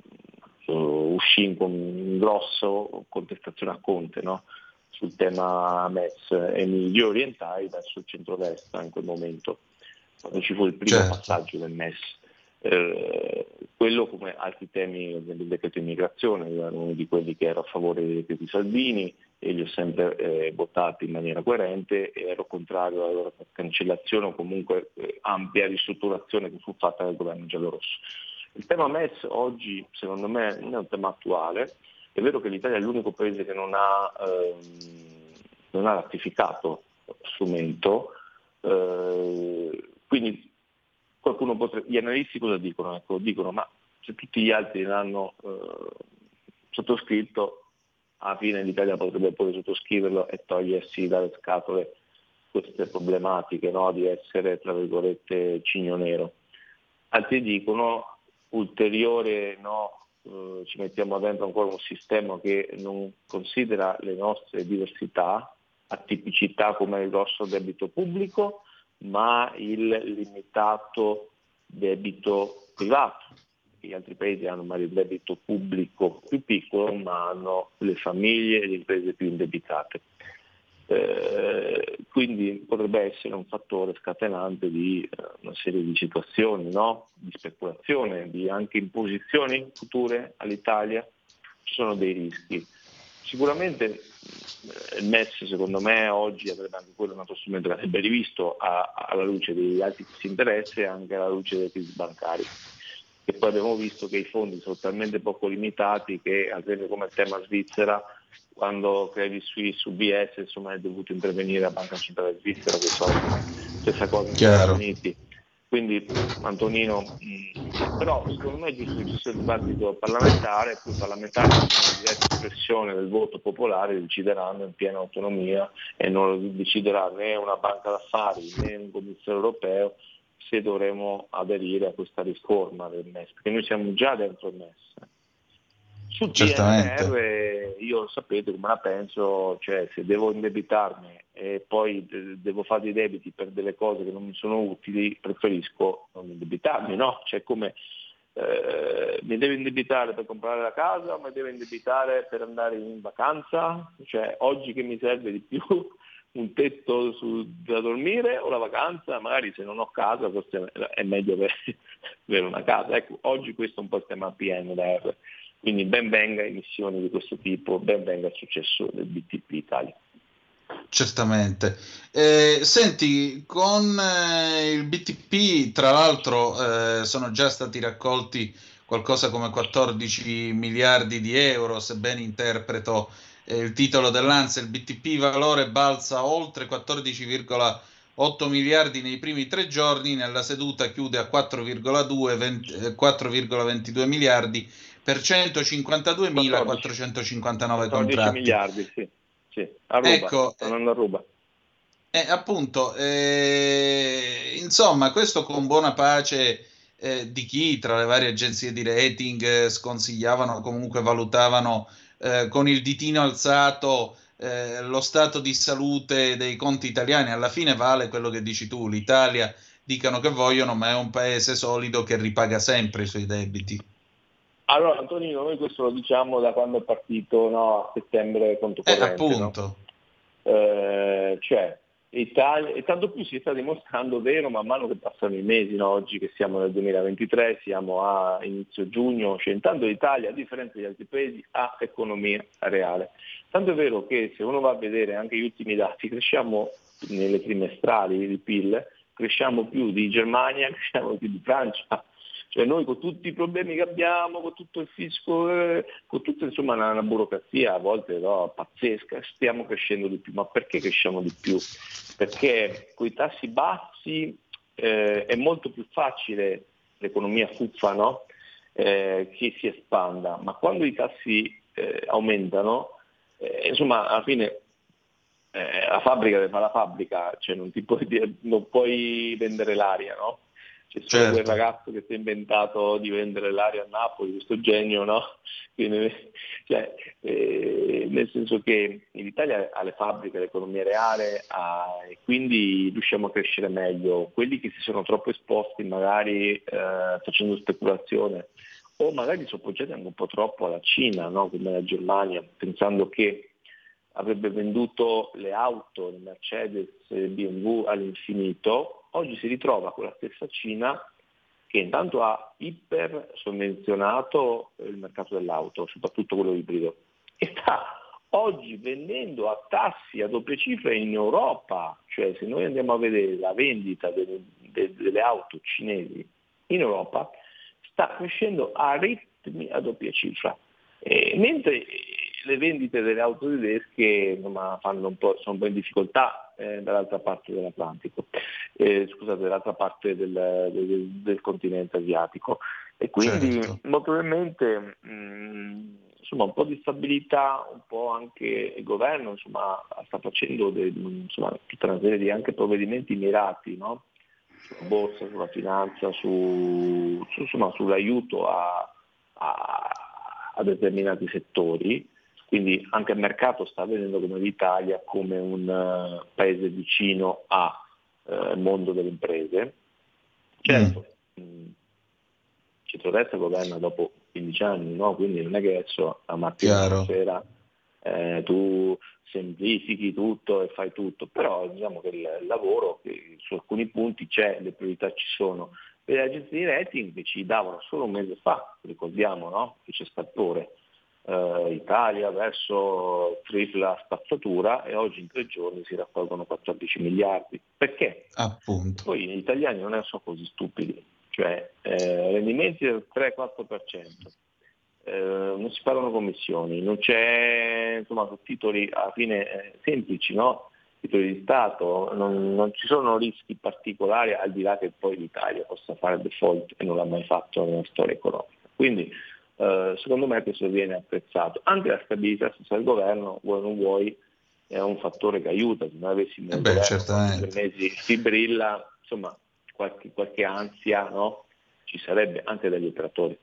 uscì con un grosso contestazione a Conte, no? Sul tema M E S, e mi io orientai verso il centrodestra in quel momento, quando ci fu il primo certo. passaggio del M E S. Eh, quello, come altri temi del decreto immigrazione, io ero uno di quelli che ero a favore dei decreti Salvini e li ho sempre eh, votati in maniera coerente, e ero contrario alla loro cancellazione o comunque eh, ampia ristrutturazione che fu fatta dal governo giallorosso. Il tema M E S oggi secondo me non è un tema attuale. È vero che l'Italia è l'unico paese che non ha, ehm, non ha ratificato lo strumento, eh, quindi qualcuno potrebbe, gli analisti cosa dicono? Ecco, dicono ma se tutti gli altri l'hanno eh, sottoscritto, alla fine l'Italia potrebbe pure sottoscriverlo e togliersi dalle scatole queste problematiche, no? Di essere tra virgolette cigno nero. Altri dicono ulteriore, no, eh, ci mettiamo dentro ancora un sistema che non considera le nostre diversità, atipicità come il grosso debito pubblico, ma il limitato debito privato. Gli altri paesi hanno magari il debito pubblico più piccolo, ma hanno le famiglie e le imprese più indebitate. Eh, quindi potrebbe essere un fattore scatenante di eh, una serie di situazioni, no? Di speculazione, di anche imposizioni future all'Italia. Ci sono dei rischi. Sicuramente eh, il M E S secondo me oggi avrebbe anche quello un altro strumento che avrebbe rivisto a, alla luce degli alti disinteressi e anche alla luce delle crisi bancarie. E poi abbiamo visto che i fondi sono talmente poco limitati che, ad esempio come il tema Svizzera, quando Credit Suisse, U B S, insomma, è dovuto intervenire la Banca Centrale Svizzera, che so, stessa cosa negli Stati Uniti. Quindi Antonino, mh, però secondo me è giusto che ci sia il dibattito parlamentare, poi i parlamentari con una diretta espressione del voto popolare decideranno in piena autonomia, e non lo deciderà né una banca d'affari né un commissario europeo se dovremo aderire a questa riforma del M E S, perché noi siamo già dentro il M E S. Sul P N R R io sapete come la penso, cioè se devo indebitarmi e poi de- devo fare dei debiti per delle cose che non mi sono utili, preferisco non indebitarmi, no? Cioè come eh, mi devo indebitare per comprare la casa o mi devo indebitare per andare in vacanza? Cioè oggi che mi serve di più un tetto su, da dormire o la vacanza? Magari se non ho casa forse è meglio avere una casa. Ecco, oggi questo è un po' il tema P N R R. Quindi ben venga emissioni di questo tipo, ben venga il successo del B T P Italia. Certamente. Eh, senti, con eh, il B T P, tra l'altro, eh, sono già stati raccolti qualcosa come quattordici miliardi di euro, se ben interpreto eh, il titolo dell'Ansa. Il B T P valore balza oltre quattordici virgola otto miliardi nei primi tre giorni, nella seduta chiude a quattro virgola ventidue miliardi per centocinquantaduemilaquattrocentocinquantanove contratti. Miliardi, sì, sì, a ruba, ecco, non a ruba. Eh, appunto, eh, insomma, questo con buona pace eh, di chi tra le varie agenzie di rating eh, sconsigliavano, comunque valutavano eh, con il ditino alzato eh, lo stato di salute dei conti italiani. Alla fine vale quello che dici tu, l'Italia dicano che vogliono, ma è un paese solido che ripaga sempre i suoi debiti. Allora Antonino, noi questo lo diciamo da quando è partito, no, a settembre conto corrente, eh, appunto. No? Eh, cioè Italia, e tanto più si sta dimostrando vero man mano che passano i mesi, no? Oggi che siamo nel duemilaventitré, siamo a inizio giugno, cioè intanto l'Italia, a differenza degli altri paesi, ha economia reale. Tanto è vero che se uno va a vedere anche gli ultimi dati, cresciamo nelle trimestrali di P I L, cresciamo più di Germania, cresciamo più di Francia. Cioè noi con tutti i problemi che abbiamo, con tutto il fisco, eh, con tutta insomma una, una burocrazia a volte no, pazzesca, stiamo crescendo di più. Ma perché cresciamo di più? Perché con i tassi bassi eh, è molto più facile l'economia fuffa, no? eh, che si espanda, ma quando i tassi eh, aumentano, eh, insomma alla fine eh, la fabbrica deve fare la fabbrica, cioè non, ti puoi, non puoi vendere l'aria, no? C'è solo Certo. quel ragazzo che si è inventato di vendere l'aria a Napoli, questo genio, no? Quindi, cioè, eh, nel senso che l'Italia ha le fabbriche, l'economia reale, ha, e quindi riusciamo a crescere meglio. Quelli che si sono troppo esposti magari eh, facendo speculazione o magari sono appoggiati anche un po' troppo alla Cina, no? Come la Germania, pensando che avrebbe venduto le auto, le Mercedes, le B M W all'infinito, oggi si ritrova con la stessa Cina che intanto ha iper sovvenzionato il mercato dell'auto, soprattutto quello ibrido, e sta oggi vendendo a tassi a doppie cifre in Europa. Cioè se noi andiamo a vedere la vendita delle, delle auto cinesi in Europa, sta crescendo a ritmi a doppia cifra, e mentre le vendite delle auto tedesche insomma, fanno un po', sono un po' in difficoltà eh, dall'altra parte dell'Atlantico, eh, scusate, dall'altra parte del, del, del continente asiatico, e quindi Certo. molto probabilmente mh, insomma un po' di stabilità, un po' anche il governo insomma sta facendo de, insomma, tutta una serie di anche provvedimenti mirati, no? Sulla borsa, sulla finanza, su, su, insomma, sull'aiuto a, a, a determinati settori. Quindi anche il mercato sta vedendo come l'Italia come un uh, paese vicino al uh, mondo delle imprese. Certo, mm. il centrodestra governa dopo quindici anni, no? Quindi non è che adesso la mattina alla sera eh, tu semplifichi tutto e fai tutto, però diciamo che il, il lavoro che su alcuni punti c'è, le priorità ci sono. Per le agenzie di rating che ci davano solo un mese fa, ricordiamo, no? Che c'è Stattore. Uh, Italia verso tripla spazzatura, e oggi in tre giorni si raccolgono quattordici miliardi. Perché? Appunto. Poi gli italiani non sono così stupidi, cioè eh, rendimenti del tre quattro per cento, eh, non si pagano commissioni, non c'è insomma titoli alla fine eh, semplici, no? Titoli di Stato, non, non ci sono rischi particolari, al di là che poi l'Italia possa fare default e non l'ha mai fatto nella storia economica. Quindi Uh, secondo me questo viene apprezzato. Anche la stabilità stessa del governo, vuoi o non vuoi, è un fattore che aiuta. Se noi avessimo Eh un beh, governo certamente. per mesi fibrilla, insomma qualche, qualche ansia, no? Ci sarebbe anche dagli operatori.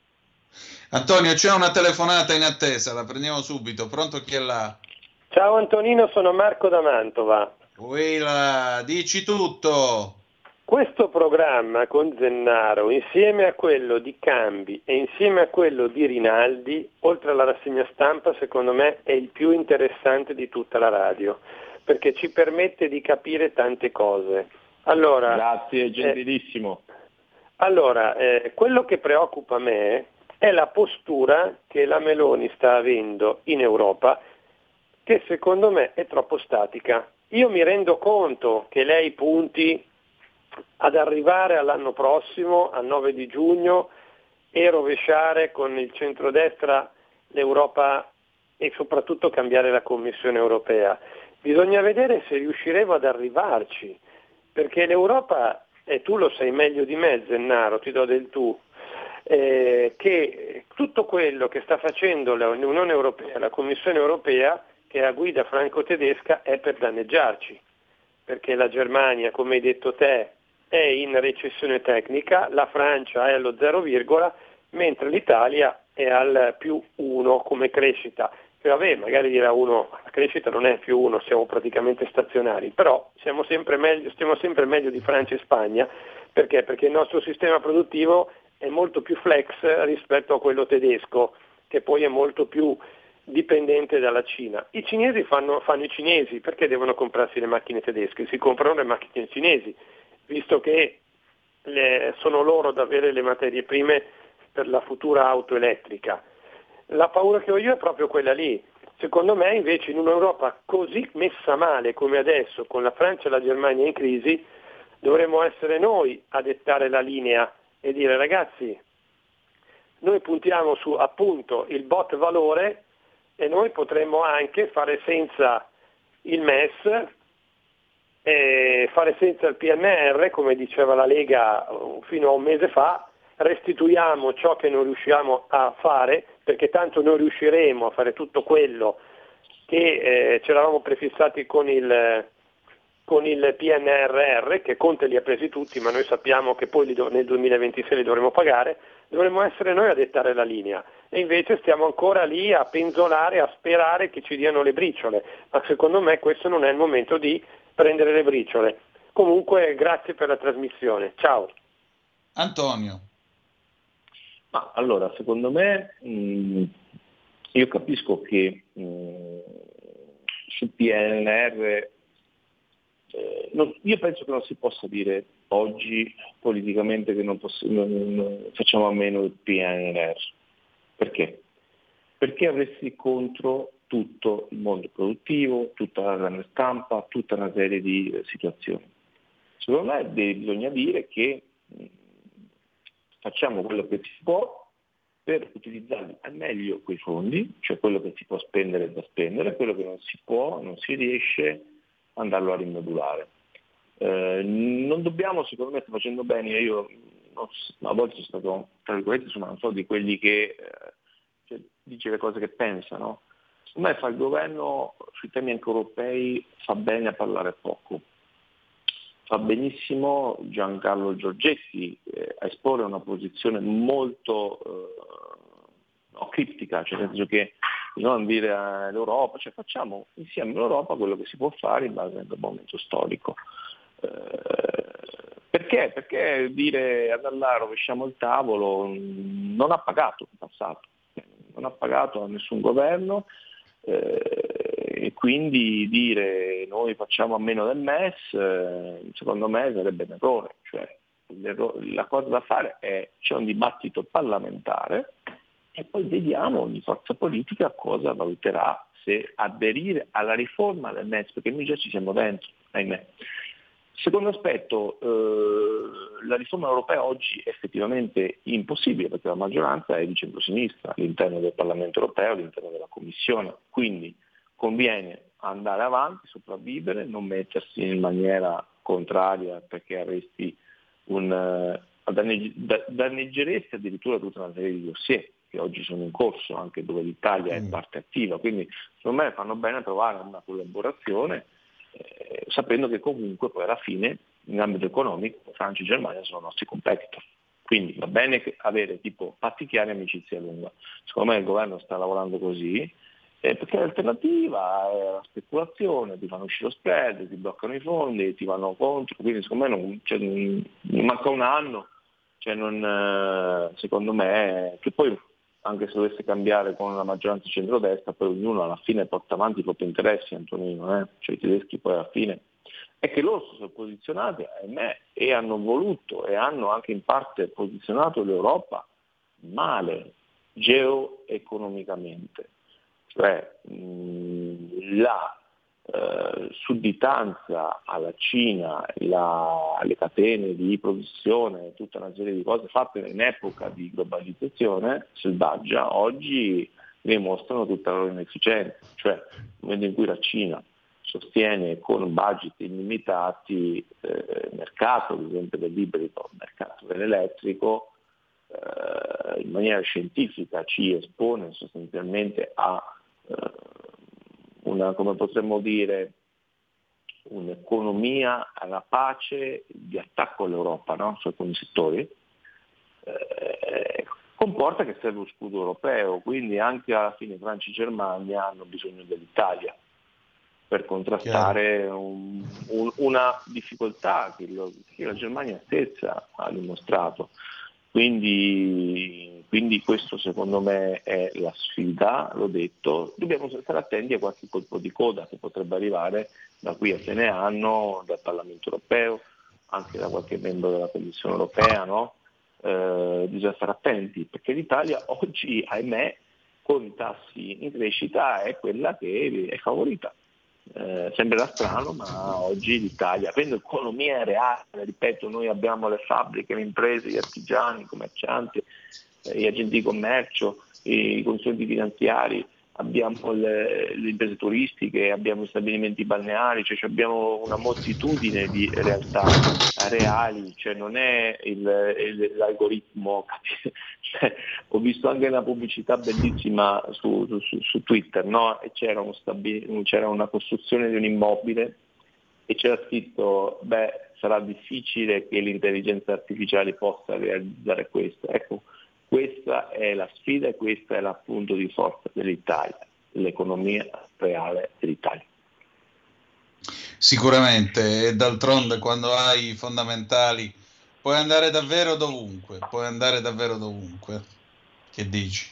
Antonio, c'è una telefonata in attesa, la prendiamo subito. Pronto, chi è là? Ciao Antonino, sono Marco da Mantova. Uila, dici tutto. Questo programma con Zennaro, insieme a quello di Cambi e insieme a quello di Rinaldi, oltre alla rassegna stampa, secondo me è il più interessante di tutta la radio, perché ci permette di capire tante cose. Allora, Grazie, gentilissimo. Eh, allora, eh, quello che preoccupa me è la postura che la Meloni sta avendo in Europa, che secondo me è troppo statica. Io mi rendo conto che lei punti ad arrivare all'anno prossimo, al nove di giugno, e rovesciare con il centrodestra l'Europa e soprattutto cambiare la Commissione europea. Bisogna vedere se riusciremo ad arrivarci, perché l'Europa, e tu lo sai meglio di me Zennaro, ti do del tu, eh, che tutto quello che sta facendo l'Unione Europea, la Commissione Europea, che è a guida franco-tedesca, è per danneggiarci, perché la Germania, come hai detto te, è in recessione tecnica, la Francia è allo zero, mentre l'Italia è al più uno come crescita. Cioè, vabbè, magari dirà uno, la crescita non è più uno, siamo praticamente stazionari, però siamo sempre meglio, stiamo sempre meglio di Francia e Spagna. Perché? Perché il nostro sistema produttivo è molto più flex rispetto a quello tedesco, che poi è molto più dipendente dalla Cina. I cinesi fanno, fanno i cinesi, perché devono comprarsi le macchine tedesche? Si comprano le macchine cinesi, visto che le, sono loro ad avere le materie prime per la futura auto elettrica. La paura che ho io è proprio quella lì. Secondo me invece in un'Europa così messa male come adesso, con la Francia e la Germania in crisi, dovremmo essere noi a dettare la linea e dire ragazzi, noi puntiamo su appunto il bot valore e noi potremmo anche fare senza il M E S, e fare senza il P N R R, come diceva la Lega fino a un mese fa, restituiamo ciò che non riusciamo a fare, perché tanto noi riusciremo a fare tutto quello che eh, ci eravamo prefissati con il, con il P N R R, che Conte li ha presi tutti, ma noi sappiamo che poi li do, nel duemilaventisei li dovremo pagare, dovremmo essere noi a dettare la linea. E invece stiamo ancora lì a penzolare, a sperare che ci diano le briciole, ma secondo me questo non è il momento di prendere le briciole. Comunque grazie per la trasmissione, ciao. Antonio. Ma allora, secondo me, mh, io capisco che mh, sul P N R R, eh, non, io penso che non si possa dire oggi politicamente che non, poss- non, non facciamo a meno del P N R R. Perché? Perché avresti contro tutto il mondo produttivo, tutta la grande stampa, tutta una serie di eh, situazioni. Secondo me bisogna dire che mh, facciamo quello che si può per utilizzare al meglio quei fondi, cioè quello che si può spendere da spendere, quello che non si può, non si riesce, andarlo a rimodulare. Eh, non dobbiamo, secondo me sto facendo bene, io non, a volte sono stato, tra virgolette, insomma, non so di quelli che eh, cioè, dice le cose che pensano. Secondo me fa il governo sui temi anche europei, fa bene a parlare poco. Fa benissimo Giancarlo Giorgetti eh, a esporre una posizione molto eh, no, criptica, cioè nel senso che non dire all'Europa, cioè facciamo insieme all'Europa quello che si può fare in base al momento storico. Eh, perché? Perché dire ad Allah rovesciamo il tavolo non ha pagato in passato, non ha pagato a nessun governo. Eh, e quindi dire noi facciamo a meno del M E S eh, secondo me sarebbe un errore, cioè la cosa da fare è c'è un dibattito parlamentare e poi vediamo ogni forza politica cosa valuterà, se aderire alla riforma del M E S, perché noi già ci siamo dentro, ahimè. Secondo aspetto, eh, la riforma europea oggi è effettivamente impossibile perché la maggioranza è di centrosinistra all'interno del Parlamento europeo, all'interno della Commissione, quindi conviene andare avanti, sopravvivere, non mettersi in maniera contraria perché avresti un, uh, danneggi- danneggeresti addirittura tutta una serie di dossier che oggi sono in corso, anche dove l'Italia è parte attiva, quindi secondo me fanno bene a trovare una collaborazione Eh, sapendo che comunque poi alla fine in ambito economico Francia e Germania sono i nostri competitor, quindi va bene che avere tipo patti chiari e amicizia lunga. Secondo me il governo sta lavorando così eh, perché l'alternativa è la speculazione, ti fanno uscire lo spread, ti bloccano i fondi, ti vanno contro, quindi secondo me non, cioè, non manca un anno, cioè non, eh, secondo me che poi anche se dovesse cambiare con una maggioranza centrodestra, poi ognuno alla fine porta avanti i propri interessi, Antonino, eh? Cioè i tedeschi poi alla fine, è che loro sono posizionati, ahimè, e hanno voluto e hanno anche in parte posizionato l'Europa male, geoeconomicamente, cioè mh, la eh, sudditanza alla Cina, la, le catene di produzione, tutta una serie di cose fatte in epoca di globalizzazione selvaggia, oggi dimostrano tutta la loro inefficienza, cioè nel momento in cui la Cina sostiene con budget illimitati eh, il mercato, ad esempio dell'ibrido, il mercato dell'elettrico, eh, in maniera scientifica ci espone sostanzialmente a eh, una, come potremmo dire, un'economia alla pace di attacco all'Europa, no? Su alcuni settori, eh, comporta che serve lo scudo europeo, quindi anche alla fine Francia e Germania hanno bisogno dell'Italia per contrastare un, un, una difficoltà che, lo, che la Germania stessa ha dimostrato. Quindi, quindi questo secondo me è la sfida, l'ho detto, dobbiamo stare attenti a qualche colpo di coda che potrebbe arrivare da qui a fine anno dal Parlamento europeo, anche da qualche membro della Commissione europea, no? Eh, bisogna stare attenti perché l'Italia oggi, ahimè, con i tassi in crescita è quella che è favorita. Eh, sembrerà strano, ma oggi l'Italia, avendo economia reale, ripeto, noi abbiamo le fabbriche, le imprese, gli artigiani, i commercianti, eh, gli agenti di commercio, i consulenti finanziari, abbiamo le, le imprese turistiche, abbiamo gli stabilimenti balneari, cioè abbiamo una moltitudine di realtà reali, cioè non è il, il, l'algoritmo. Cioè, ho visto anche una pubblicità bellissima su, su, su Twitter, no? E c'era, uno stabil- c'era una costruzione di un immobile e c'era scritto, beh, sarà difficile che l'intelligenza artificiale possa realizzare questo. Ecco, questa è la sfida e questo è l'appunto di forza dell'Italia, l'economia reale dell'Italia. Sicuramente, e d'altronde quando hai i fondamentali puoi andare davvero dovunque, puoi andare davvero dovunque. Che dici?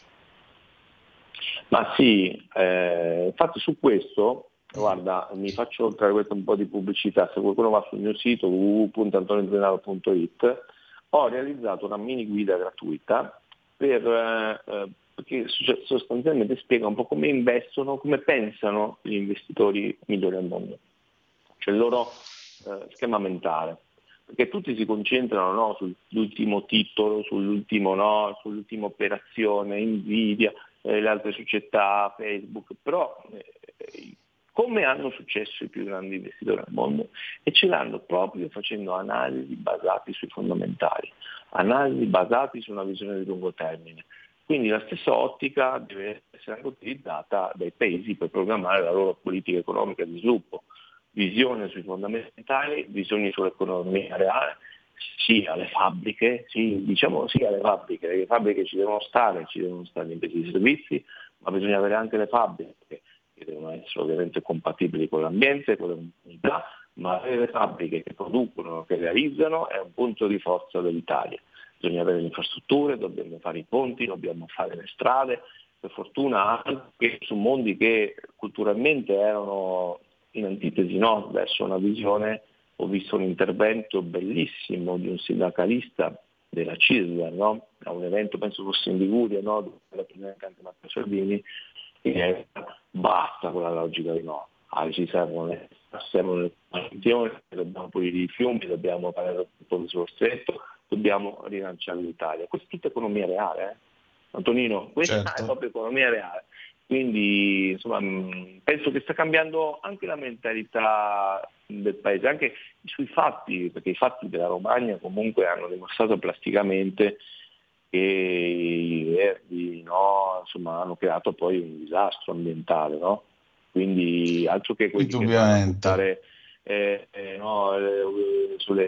Ma sì, eh, infatti su questo, guarda, mi faccio tra questo un po' di pubblicità, se qualcuno va sul mio sito w w w punto antonio zenaro punto i t, ho realizzato una mini guida gratuita per, eh, perché sostanzialmente spiega un po' come investono, come pensano gli investitori migliori al mondo, cioè il loro eh, schema mentale, perché tutti si concentrano, no, sull'ultimo titolo, sull'ultimo, no, sull'ultima operazione, Nvidia, eh, le altre società, Facebook, però eh, come hanno successo i più grandi investitori al mondo? E ce l'hanno proprio facendo analisi basate sui fondamentali, analisi basate su una visione di lungo termine. Quindi la stessa ottica deve essere anche utilizzata dai paesi per programmare la loro politica economica di sviluppo. Visione sui fondamentali, visione sull'economia reale, sì alle fabbriche, sì, diciamo sì alle fabbriche, le fabbriche ci devono stare, ci devono stare in imprese di servizi, ma bisogna avere anche le fabbriche che devono essere ovviamente compatibili con l'ambiente, con le comunità, ma avere le fabbriche che producono, che realizzano è un punto di forza dell'Italia. Bisogna avere le infrastrutture, dobbiamo fare i ponti, dobbiamo fare le strade, per fortuna anche su mondi che culturalmente erano in antitesi, no? Verso una visione, ho visto un intervento bellissimo di un sindacalista della C I S L, no? A un evento, penso fosse in Liguria, no? Dove la presidente anche Matteo Salvini, e basta con la logica di no, ah, ci servono le, servono le condizioni, dobbiamo pulire i fiumi, dobbiamo fare il sullo stretto, dobbiamo rilanciare l'Italia. Questa è tutta economia reale, eh? Antonino, questa certo. È proprio economia reale. Quindi insomma penso che sta cambiando anche la mentalità del paese, anche sui fatti, perché i fatti della Romagna comunque hanno dimostrato plasticamente che i Verdi, no, insomma, hanno creato poi un disastro ambientale, no? Quindi altro che quelli che vanno a buttare eh, eh, no, eh, sulle,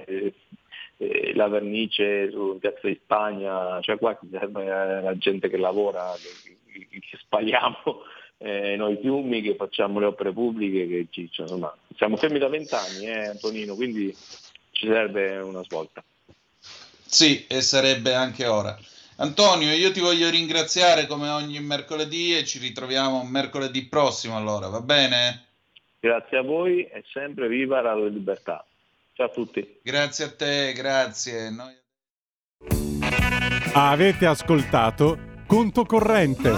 eh, la vernice su Piazza di Spagna, cioè qua ci serve la gente che lavora, che, che spaliamo eh, noi fiumi, che facciamo le opere pubbliche, che ci, cioè, insomma, siamo fermi da vent'anni, eh, Antonino, quindi ci serve una svolta. Sì, e sarebbe anche ora. Antonio, io ti voglio ringraziare come ogni mercoledì e ci ritroviamo mercoledì prossimo allora, va bene? Grazie a voi e sempre viva la libertà. Ciao a tutti. Grazie a te, grazie. Noi... Avete ascoltato Conto Corrente.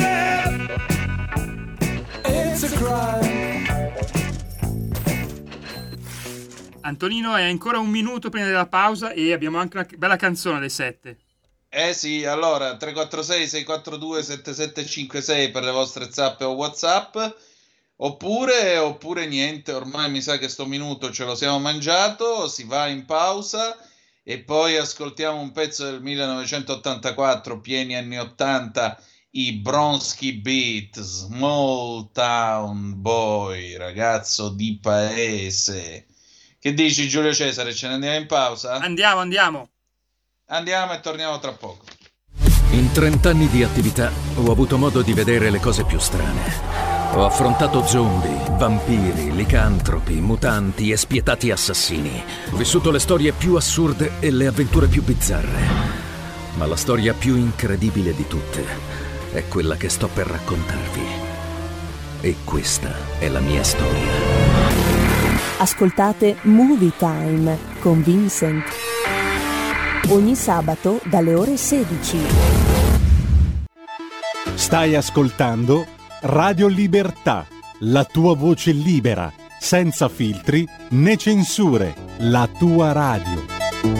Antonino, è ancora un minuto prima della pausa e abbiamo anche una bella canzone alle sette. Eh sì, allora tre quattro sei sei quattro due sette sette cinque sei per le vostre zappe o WhatsApp, oppure, oppure niente, ormai mi sa che sto minuto ce lo siamo mangiato, si va in pausa e poi ascoltiamo un pezzo del millenovecentottantaquattro, pieni anni ottanta, i Bronski Beat, Small Town Boy, ragazzo di paese. Che dici Giulio Cesare, ce ne andiamo in pausa? Andiamo, andiamo. Andiamo e torniamo tra poco. In trent'anni di attività ho avuto modo di vedere le cose più strane. Ho affrontato zombie, vampiri, licantropi, mutanti e spietati assassini. Ho vissuto le storie più assurde e le avventure più bizzarre. Ma la storia più incredibile di tutte è quella che sto per raccontarvi. E questa è la mia storia. Ascoltate Movie Time con Vincent. Ogni sabato dalle ore sedici. Stai ascoltando Radio Libertà, la tua voce libera, senza filtri né censure, la tua radio.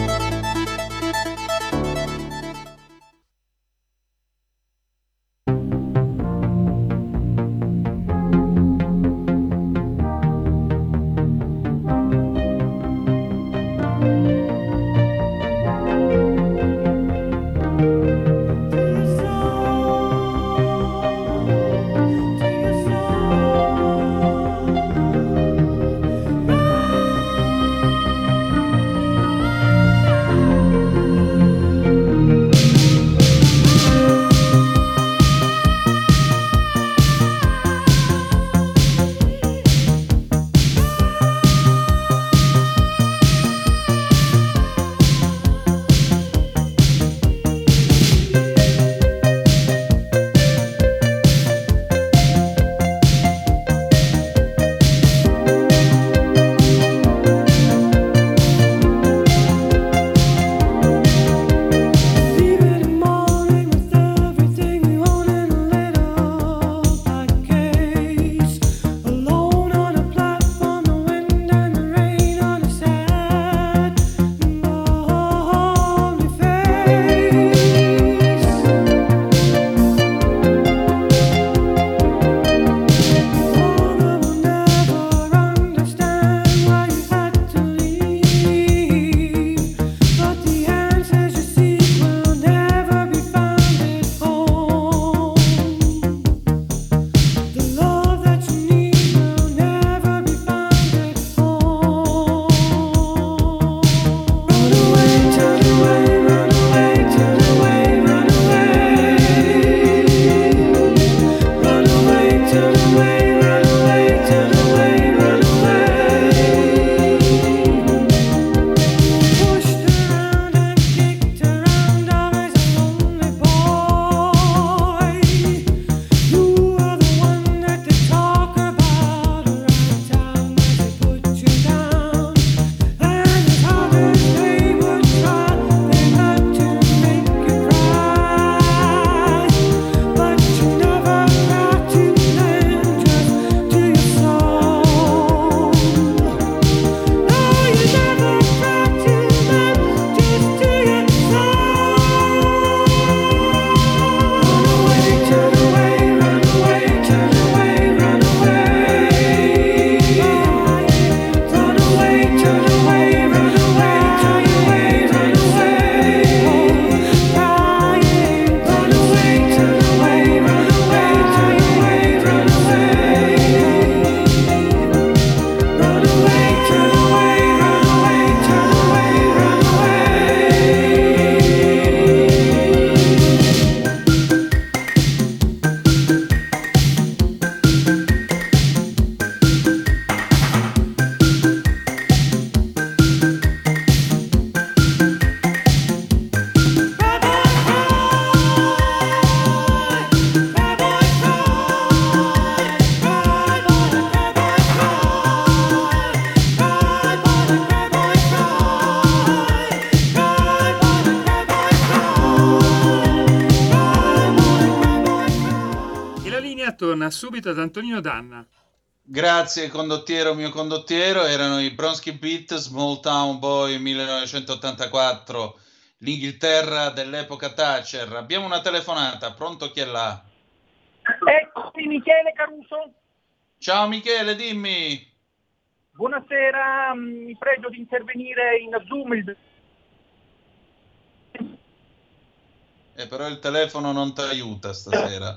torna subito ad Antonino Danna. Grazie condottiero, mio condottiero. Erano i Bronski Beat, Small Town Boy millenovecentottantaquattro, l'Inghilterra dell'epoca Thatcher. Abbiamo una telefonata, pronto, chi è là? Eccomi, Michele Caruso. Ciao Michele, dimmi. Buonasera, mi pregio di intervenire in Zoom. Il... Eh, però il telefono non ti aiuta stasera.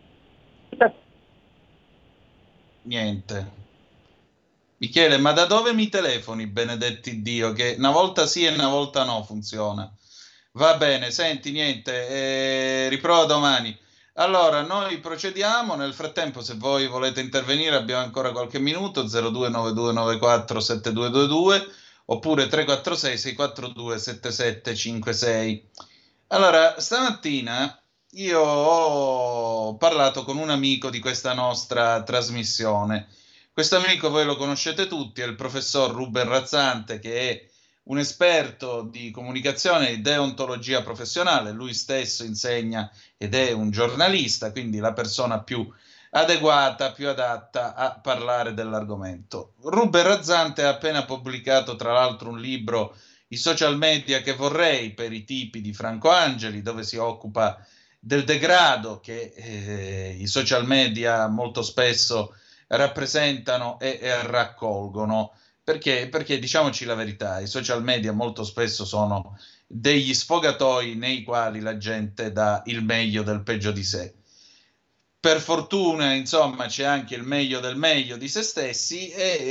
Niente. Michele, ma da dove mi telefoni, benedetti Dio, che una volta sì e una volta no funziona. Va bene, senti, niente, eh, riprova domani. Allora, noi procediamo. Nel frattempo, se voi volete intervenire, abbiamo ancora qualche minuto, zero due nove due nove quattro sette due due due oppure tre quattro sei sei quattro due sette sette cinque sei. Allora, stamattina io ho parlato con un amico di questa nostra trasmissione. Questo amico voi lo conoscete tutti, è il professor Ruben Razzante, che è un esperto di comunicazione e deontologia professionale. Lui stesso insegna ed è un giornalista, quindi la persona più adeguata, più adatta a parlare dell'argomento. Ruben Razzante ha appena pubblicato, tra l'altro, un libro, I social media che vorrei, per i tipi, di Franco Angeli, dove si occupa del degrado che eh, i social media molto spesso rappresentano e, e raccolgono. Perché? Perché diciamoci la verità, i social media molto spesso sono degli sfogatoi nei quali la gente dà il meglio del peggio di sé. Per fortuna, insomma, c'è anche il meglio del meglio di se stessi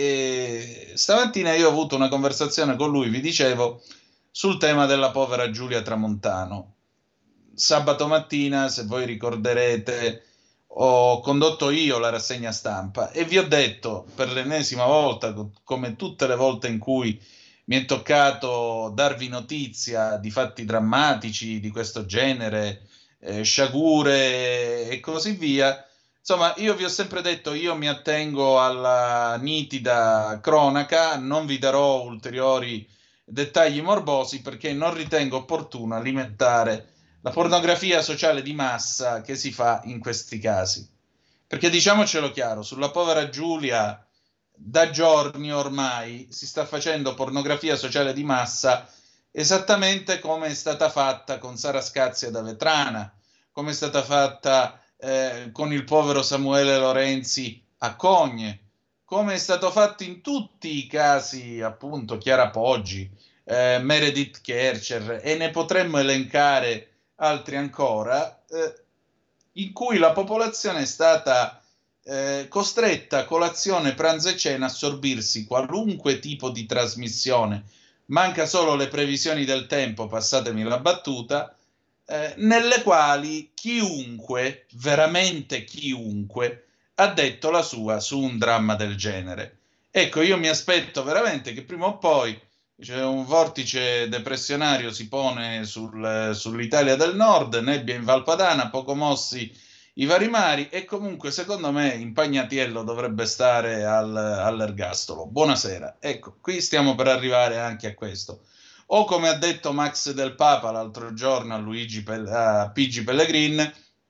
e, e stamattina io ho avuto una conversazione con lui, vi dicevo, sul tema della povera Giulia Tramontano. Sabato mattina, se voi ricorderete, ho condotto io la rassegna stampa e vi ho detto per l'ennesima volta, come tutte le volte in cui mi è toccato darvi notizia di fatti drammatici di questo genere, Eh, sciagure e così via, insomma, io vi ho sempre detto, io mi attengo alla nitida cronaca, non vi darò ulteriori dettagli morbosi perché non ritengo opportuno alimentare la pornografia sociale di massa che si fa in questi casi, perché diciamocelo chiaro, sulla povera Giulia da giorni ormai si sta facendo pornografia sociale di massa esattamente come è stata fatta con Sara Scazia da Vetrana, come è stata fatta eh, con il povero Samuele Lorenzi a Cogne, come è stato fatto in tutti i casi, appunto, Chiara Poggi, eh, Meredith Kercher, e ne potremmo elencare altri ancora, eh, in cui la popolazione è stata eh, costretta a colazione, pranzo e cena a sorbirsi qualunque tipo di trasmissione. Manca solo le previsioni del tempo, passatemi la battuta, eh, nelle quali chiunque, veramente chiunque, ha detto la sua su un dramma del genere. Ecco, io mi aspetto veramente che prima o poi cioè, un vortice depressionario si pone sul, sull'Italia del Nord, nebbia in Valpadana, poco mossi i vari mari, e comunque secondo me Impagnatiello dovrebbe stare al, all'ergastolo. Buonasera. Ecco, qui stiamo per arrivare anche a questo. O come ha detto Max Del Papa l'altro giorno a, Luigi Pel- a Pigi Pellegrin,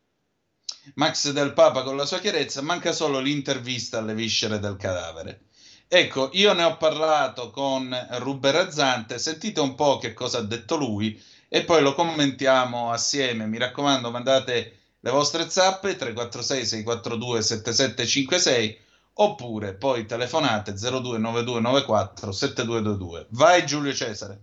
Max Del Papa con la sua chiarezza, manca solo l'intervista alle viscere del cadavere. Ecco, io ne ho parlato con Ruben Razzante, sentite un po' che cosa ha detto lui e poi lo commentiamo assieme. Mi raccomando, mandate le vostre zappe tre quattro sei sei quattro due sette sette cinque sei oppure poi telefonate zero due nove due nove quattro sette due due due. Vai Giulio Cesare.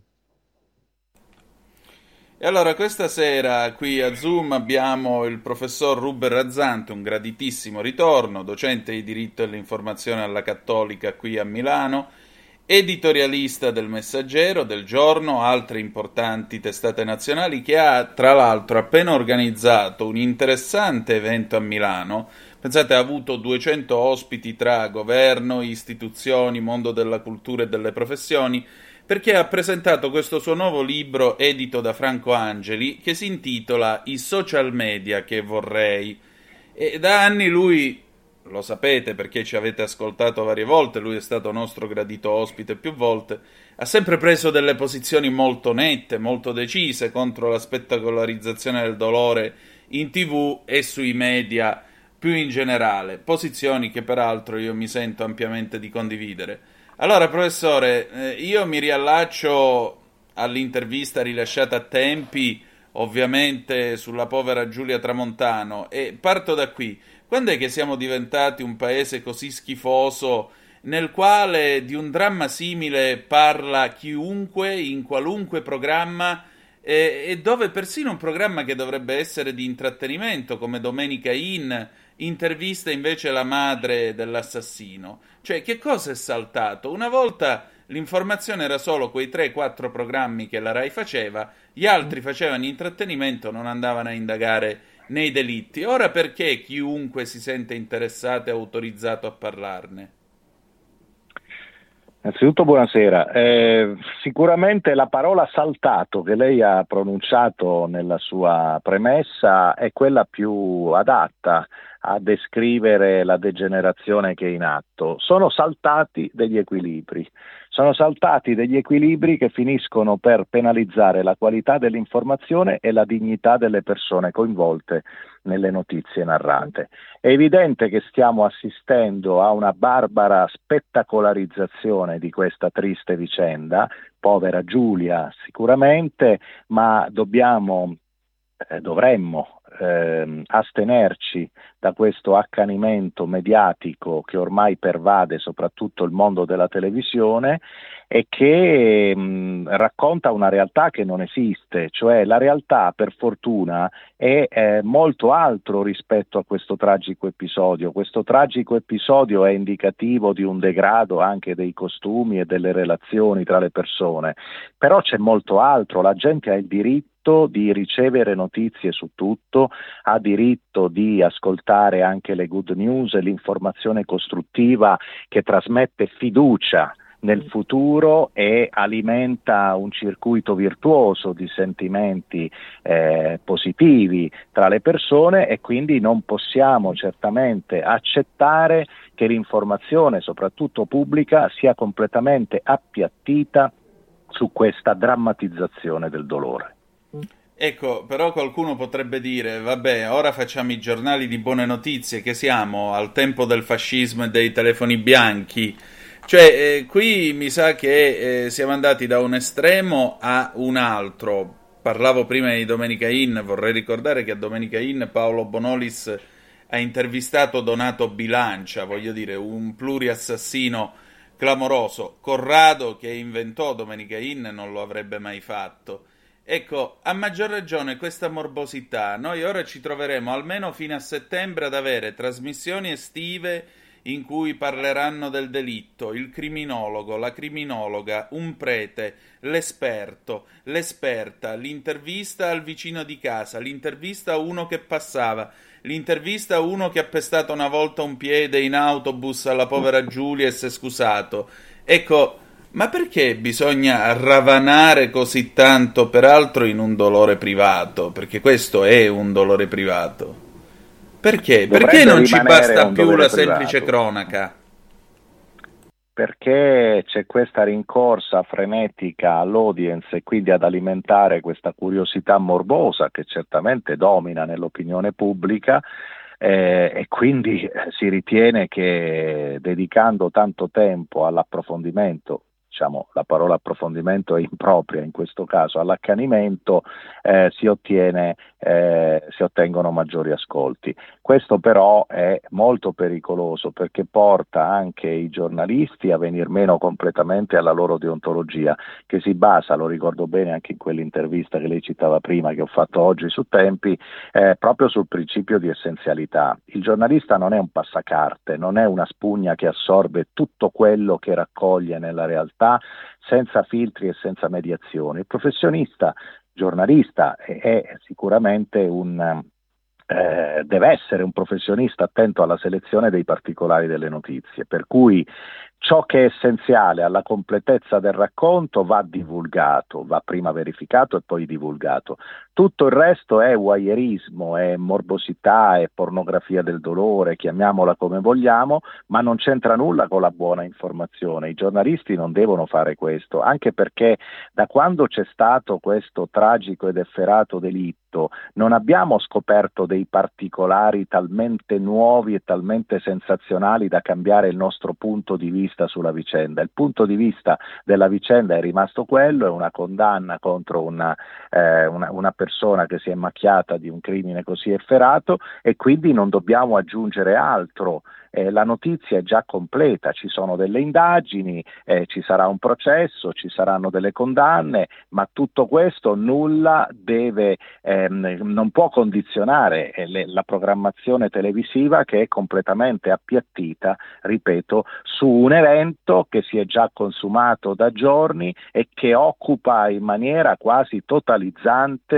E allora questa sera qui a Zoom abbiamo il professor Ruben Razzante, un graditissimo ritorno, docente di diritto e dell'informazione alla Cattolica qui a Milano, editorialista del Messaggero, del Giorno, altre importanti testate nazionali, che ha tra l'altro appena organizzato un interessante evento a Milano. Pensate, ha avuto duecento ospiti tra governo, istituzioni, mondo della cultura e delle professioni, perché ha presentato questo suo nuovo libro edito da Franco Angeli che si intitola I social media che vorrei. E da anni lui, lo sapete perché ci avete ascoltato varie volte, lui è stato nostro gradito ospite più volte, ha sempre preso delle posizioni molto nette, molto decise contro la spettacolarizzazione del dolore in tivù e sui media più in generale, posizioni che peraltro io mi sento ampiamente di condividere. Allora, professore, eh, io mi riallaccio all'intervista rilasciata a tempi, ovviamente, sulla povera Giulia Tramontano, e parto da qui. Quando è che siamo diventati un paese così schifoso nel quale di un dramma simile parla chiunque, in qualunque programma, eh, e dove persino un programma che dovrebbe essere di intrattenimento, come Domenica In, intervista invece la madre dell'assassino? Cioè, che cosa è saltato? Una volta l'informazione era solo quei tre quattro programmi che la Rai faceva, gli altri facevano intrattenimento, non andavano a indagare nei delitti. Ora perché chiunque si sente interessato è autorizzato a parlarne? Innanzitutto buonasera. Eh, sicuramente la parola saltato che lei ha pronunciato nella sua premessa è quella più adatta a descrivere la degenerazione che è in atto. Sono saltati degli equilibri, sono saltati degli equilibri che finiscono per penalizzare la qualità dell'informazione e la dignità delle persone coinvolte nelle notizie narrate. È evidente che stiamo assistendo a una barbara spettacolarizzazione di questa triste vicenda, povera Giulia sicuramente, ma dobbiamo, eh, dovremmo eh, astenerci da questo accanimento mediatico che ormai pervade soprattutto il mondo della televisione e che mh, racconta una realtà che non esiste, cioè la realtà per fortuna è eh, molto altro rispetto a questo tragico episodio. Questo tragico episodio è indicativo di un degrado anche dei costumi e delle relazioni tra le persone, però c'è molto altro, la gente ha il diritto di ricevere notizie su tutto, ha diritto di ascoltare anche le good news e l'informazione costruttiva che trasmette fiducia nel futuro e alimenta un circuito virtuoso di sentimenti eh, positivi tra le persone, e quindi non possiamo certamente accettare che l'informazione, soprattutto pubblica, sia completamente appiattita su questa drammatizzazione del dolore. Ecco, però qualcuno potrebbe dire, vabbè, ora facciamo i giornali di buone notizie, che siamo al tempo del fascismo e dei telefoni bianchi. Cioè, eh, qui mi sa che eh, siamo andati da un estremo a un altro. Parlavo prima di Domenica In, vorrei ricordare che a Domenica In Paolo Bonolis ha intervistato Donato Bilancia, voglio dire, un pluriassassino clamoroso. Corrado, che inventò Domenica In, non lo avrebbe mai fatto. Ecco, a maggior ragione questa morbosità. Noi ora ci troveremo almeno fino a settembre ad avere trasmissioni estive in cui parleranno del delitto, il criminologo, la criminologa, un prete, l'esperto, l'esperta, l'intervista al vicino di casa, l'intervista a uno che passava, l'intervista a uno che ha pestato una volta un piede in autobus alla povera Giulia e si è scusato. Ecco, ma perché bisogna ravanare così tanto, peraltro in un dolore privato? Perché questo è un dolore privato. Perché? Dovrebbe Perché non ci basta un più la dovere semplice privato. cronaca? Perché c'è questa rincorsa frenetica all'audience e quindi ad alimentare questa curiosità morbosa che certamente domina nell'opinione pubblica, eh, e quindi si ritiene che dedicando tanto tempo all'approfondimento, diciamo la parola approfondimento è impropria in questo caso, all'accanimento, eh, si ottiene, eh, si ottengono maggiori ascolti. Questo però è molto pericoloso perché porta anche i giornalisti a venir meno completamente alla loro deontologia, che si basa, lo ricordo bene anche in quell'intervista che lei citava prima, che ho fatto oggi su Tempi, eh, proprio sul principio di essenzialità. Il giornalista non è un passacarte, non è una spugna che assorbe tutto quello che raccoglie nella realtà senza filtri e senza mediazioni. Il professionista giornalista è, è sicuramente un Eh, deve essere un professionista attento alla selezione dei particolari delle notizie, per cui ciò che è essenziale alla completezza del racconto va divulgato, va prima verificato e poi divulgato. Tutto il resto è voyeurismo, è morbosità, è pornografia del dolore, chiamiamola come vogliamo, ma non c'entra nulla con la buona informazione. I giornalisti non devono fare questo, anche perché da quando c'è stato questo tragico ed efferato delitto non abbiamo scoperto dei particolari talmente nuovi e talmente sensazionali da cambiare il nostro punto di vista sulla vicenda. Il punto di vista della vicenda è rimasto quello, è una condanna contro una, eh, una, una persona che si è macchiata di un crimine così efferato, e quindi non dobbiamo aggiungere altro. Eh, la notizia è già completa, ci sono delle indagini, eh, ci sarà un processo, ci saranno delle condanne, ma tutto questo nulla deve, ehm, non può condizionare eh, le, la programmazione televisiva, che è completamente appiattita, ripeto, su un evento che si è già consumato da giorni e che occupa in maniera quasi totalizzante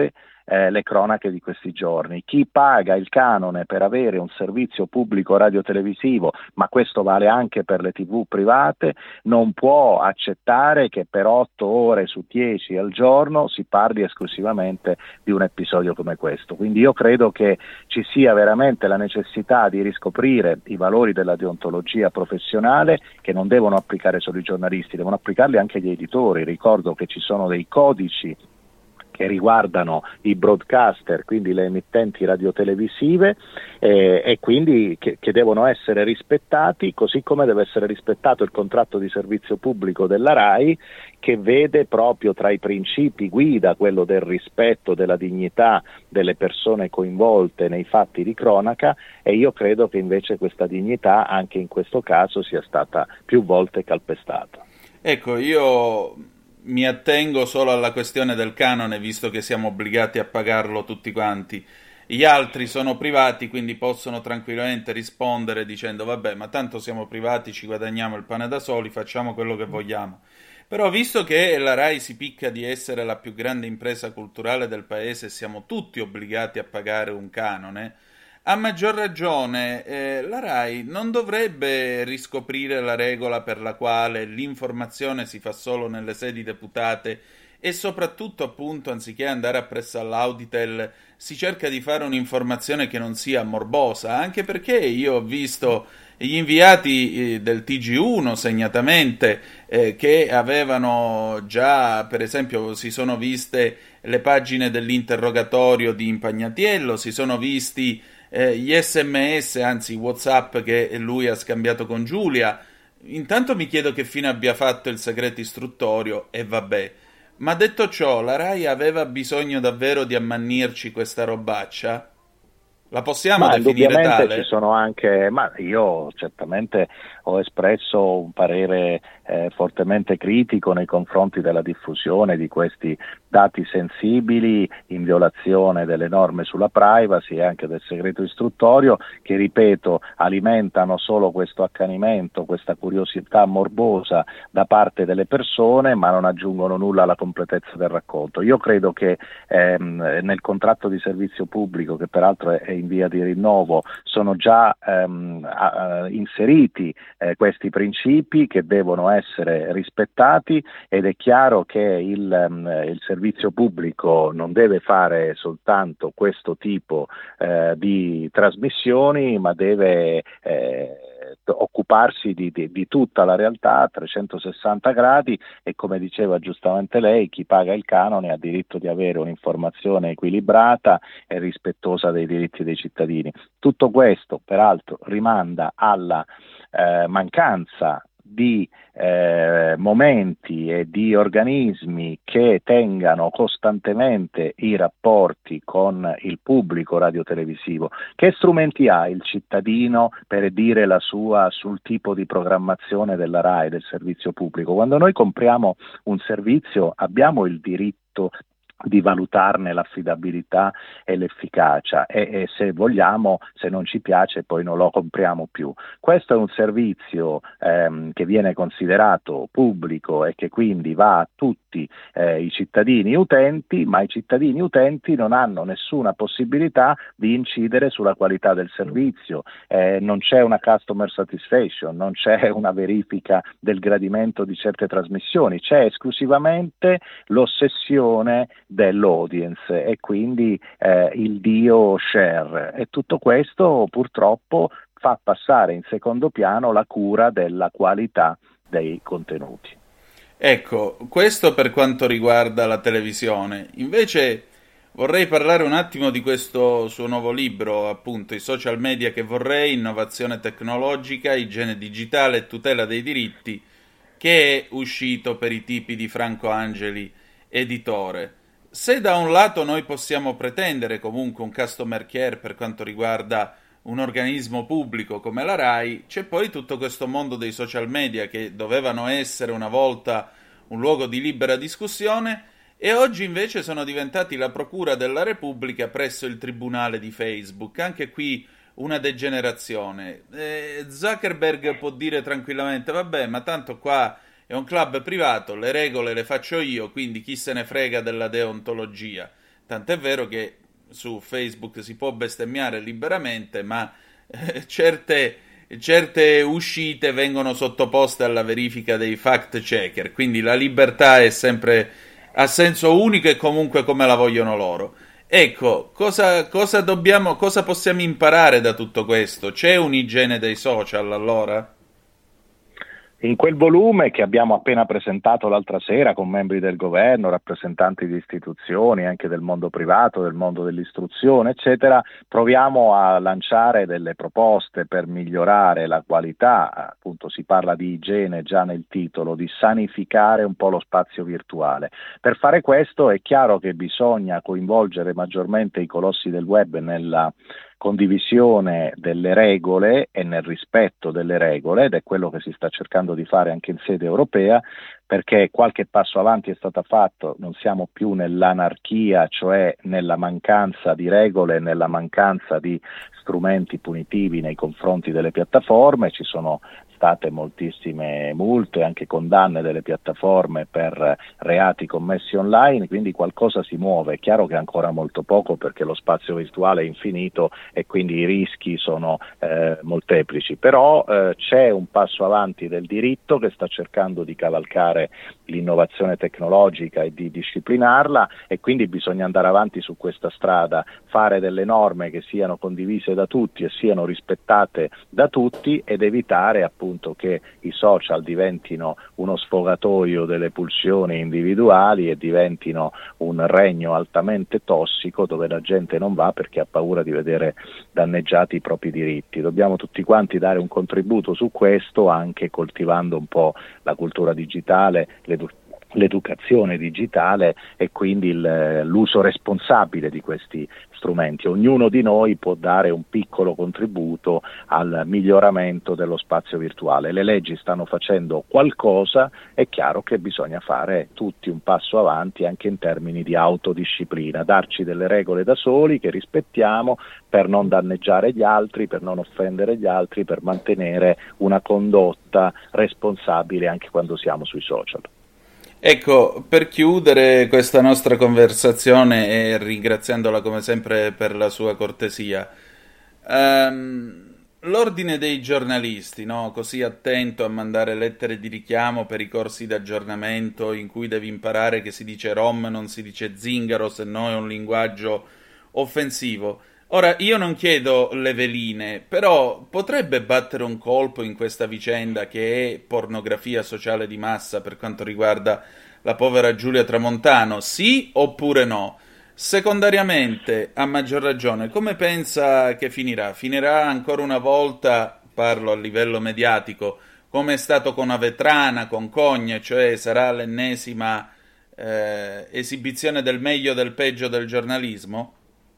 eh, le cronache di questi giorni. Chi paga il canone per avere un servizio pubblico radiotelevisivo, ma questo vale anche per le tivù private, non può accettare che per otto ore su dieci al giorno si parli esclusivamente di un episodio come questo. Quindi io credo che ci sia veramente la necessità di riscoprire i valori della deontologia professionale, che non devono applicare solo i giornalisti, devono applicarli anche gli editori. Ricordo che ci sono dei codici che riguardano i broadcaster, quindi le emittenti radiotelevisive, eh, e quindi che, che devono essere rispettati, così come deve essere rispettato il contratto di servizio pubblico della RAI, che vede proprio tra i principi guida quello del rispetto della dignità delle persone coinvolte nei fatti di cronaca, e io credo che invece questa dignità anche in questo caso sia stata più volte calpestata. Ecco, io mi attengo solo alla questione del canone, visto che siamo obbligati a pagarlo tutti quanti. Gli altri sono privati, quindi possono tranquillamente rispondere dicendo vabbè, ma tanto siamo privati, ci guadagniamo il pane da soli, facciamo quello che vogliamo. Però visto che la RAI si picca di essere la più grande impresa culturale del paese e siamo tutti obbligati a pagare un canone, a maggior ragione eh, la RAI non dovrebbe riscoprire la regola per la quale l'informazione si fa solo nelle sedi deputate e soprattutto, appunto, anziché andare appresso all'Auditel, si cerca di fare un'informazione che non sia morbosa, anche perché io ho visto gli inviati eh, del T G uno segnatamente eh, che avevano già, per esempio, si sono viste le pagine dell'interrogatorio di Impagnatiello, si sono visti Eh, gli sms, anzi WhatsApp che lui ha scambiato con Giulia. Intanto mi chiedo che fine abbia fatto il segreto istruttorio, e vabbè. Ma detto ciò, la RAI aveva bisogno davvero di ammannirci questa robaccia? La possiamo ma definire tale? Ci sono anche, ma io certamente ho espresso un parere eh, fortemente critico nei confronti della diffusione di questi dati sensibili in violazione delle norme sulla privacy e anche del segreto istruttorio, che, ripeto, alimentano solo questo accanimento, questa curiosità morbosa da parte delle persone, ma non aggiungono nulla alla completezza del racconto. Io credo che ehm, nel contratto di servizio pubblico, che peraltro è in via di rinnovo, sono già ehm, a, a, inseriti eh, questi principi che devono essere rispettati, ed è chiaro che il, um, il servizio pubblico non deve fare soltanto questo tipo eh, di trasmissioni, ma deve eh, occuparsi di, di, di tutta la realtà a trecentosessanta gradi, e come diceva giustamente lei, chi paga il canone ha diritto di avere un'informazione equilibrata e rispettosa dei diritti dei cittadini. Tutto questo peraltro rimanda alla eh, mancanza di eh, momenti e di organismi che tengano costantemente i rapporti con il pubblico radiotelevisivo. Che strumenti ha il cittadino per dire la sua sul tipo di programmazione della RAI, del servizio pubblico? Quando noi compriamo un servizio abbiamo il diritto di valutarne l'affidabilità e l'efficacia, e, e se vogliamo, se non ci piace, poi non lo compriamo più. Questo è un servizio ehm, che viene considerato pubblico e che quindi va a tutti eh, i cittadini utenti, ma i cittadini utenti non hanno nessuna possibilità di incidere sulla qualità del servizio, eh, non c'è una customer satisfaction, non c'è una verifica del gradimento di certe trasmissioni, c'è esclusivamente l'ossessione dell'audience e quindi eh, il dio share, e tutto questo purtroppo fa passare in secondo piano la cura della qualità dei contenuti. Ecco, questo per quanto riguarda la televisione. Invece vorrei parlare un attimo di questo suo nuovo libro, appunto, I social media che vorrei, innovazione tecnologica, igiene digitale e tutela dei diritti, che è uscito per i tipi di Franco Angeli, editore. Se da un lato noi possiamo pretendere comunque un customer care per quanto riguarda un organismo pubblico come la RAI, c'è poi tutto questo mondo dei social media che dovevano essere una volta un luogo di libera discussione e oggi invece sono diventati la Procura della Repubblica presso il Tribunale di Facebook. Anche qui una degenerazione. Eh, Zuckerberg può dire tranquillamente vabbè, ma tanto qua è un club privato, le regole le faccio io, quindi chi se ne frega della deontologia. tant'è vero che su Facebook si può bestemmiare liberamente, ma eh, certe, certe uscite vengono sottoposte alla verifica dei fact checker, quindi la libertà è sempre a senso unico e comunque come la vogliono loro. Ecco, cosa, cosa dobbiamo, cosa possiamo imparare da tutto questo? C'è un'igiene dei social allora? In quel volume che abbiamo appena presentato l'altra sera con membri del governo, rappresentanti di istituzioni, anche del mondo privato, del mondo dell'istruzione, eccetera, proviamo a lanciare delle proposte per migliorare la qualità, appunto si parla di igiene già nel titolo, di sanificare un po' lo spazio virtuale. Per fare questo è chiaro che bisogna coinvolgere maggiormente i colossi del web nella condivisione delle regole e nel rispetto delle regole, ed è quello che si sta cercando di fare anche in sede europea, perché qualche passo avanti è stato fatto, non siamo più nell'anarchia, cioè nella mancanza di regole, nella mancanza di strumenti punitivi nei confronti delle piattaforme, ci sono state moltissime multe, anche condanne delle piattaforme per reati commessi online, quindi qualcosa si muove. È chiaro che ancora molto poco perché lo spazio virtuale è infinito e quindi i rischi sono eh, molteplici, però eh, c'è un passo avanti del diritto che sta cercando di cavalcare l'innovazione tecnologica e di disciplinarla, e quindi bisogna andare avanti su questa strada, fare delle norme che siano condivise da tutti e siano rispettate da tutti, ed evitare appunto che i social diventino uno sfogatoio delle pulsioni individuali e diventino un regno altamente tossico dove la gente non va perché ha paura di vedere danneggiati i propri diritti. Dobbiamo tutti quanti dare un contributo su questo, anche coltivando un po' la cultura digitale, l'edu- l'educazione digitale e quindi il, l'uso responsabile di questi strumenti. Ognuno di noi può dare un piccolo contributo al miglioramento dello spazio virtuale. Le leggi stanno facendo qualcosa, è chiaro che bisogna fare tutti un passo avanti anche in termini di autodisciplina, darci delle regole da soli che rispettiamo per non danneggiare gli altri, per non offendere gli altri, per mantenere una condotta responsabile anche quando siamo sui social. Ecco, per chiudere questa nostra conversazione e ringraziandola come sempre per la sua cortesia, um, l'ordine dei giornalisti, no? Così attento a mandare lettere di richiamo per i corsi d'aggiornamento in cui devi imparare che si dice rom, non si dice zingaro, se no è un linguaggio offensivo. Ora, io non chiedo le veline, però potrebbe battere un colpo in questa vicenda che è pornografia sociale di massa per quanto riguarda la povera Giulia Tramontano, sì oppure no? Secondariamente, a maggior ragione, come pensa che finirà? Finirà ancora una volta, parlo a livello mediatico, come è stato con Avetrana, con Cogne, cioè sarà l'ennesima eh, esibizione del meglio del peggio del giornalismo?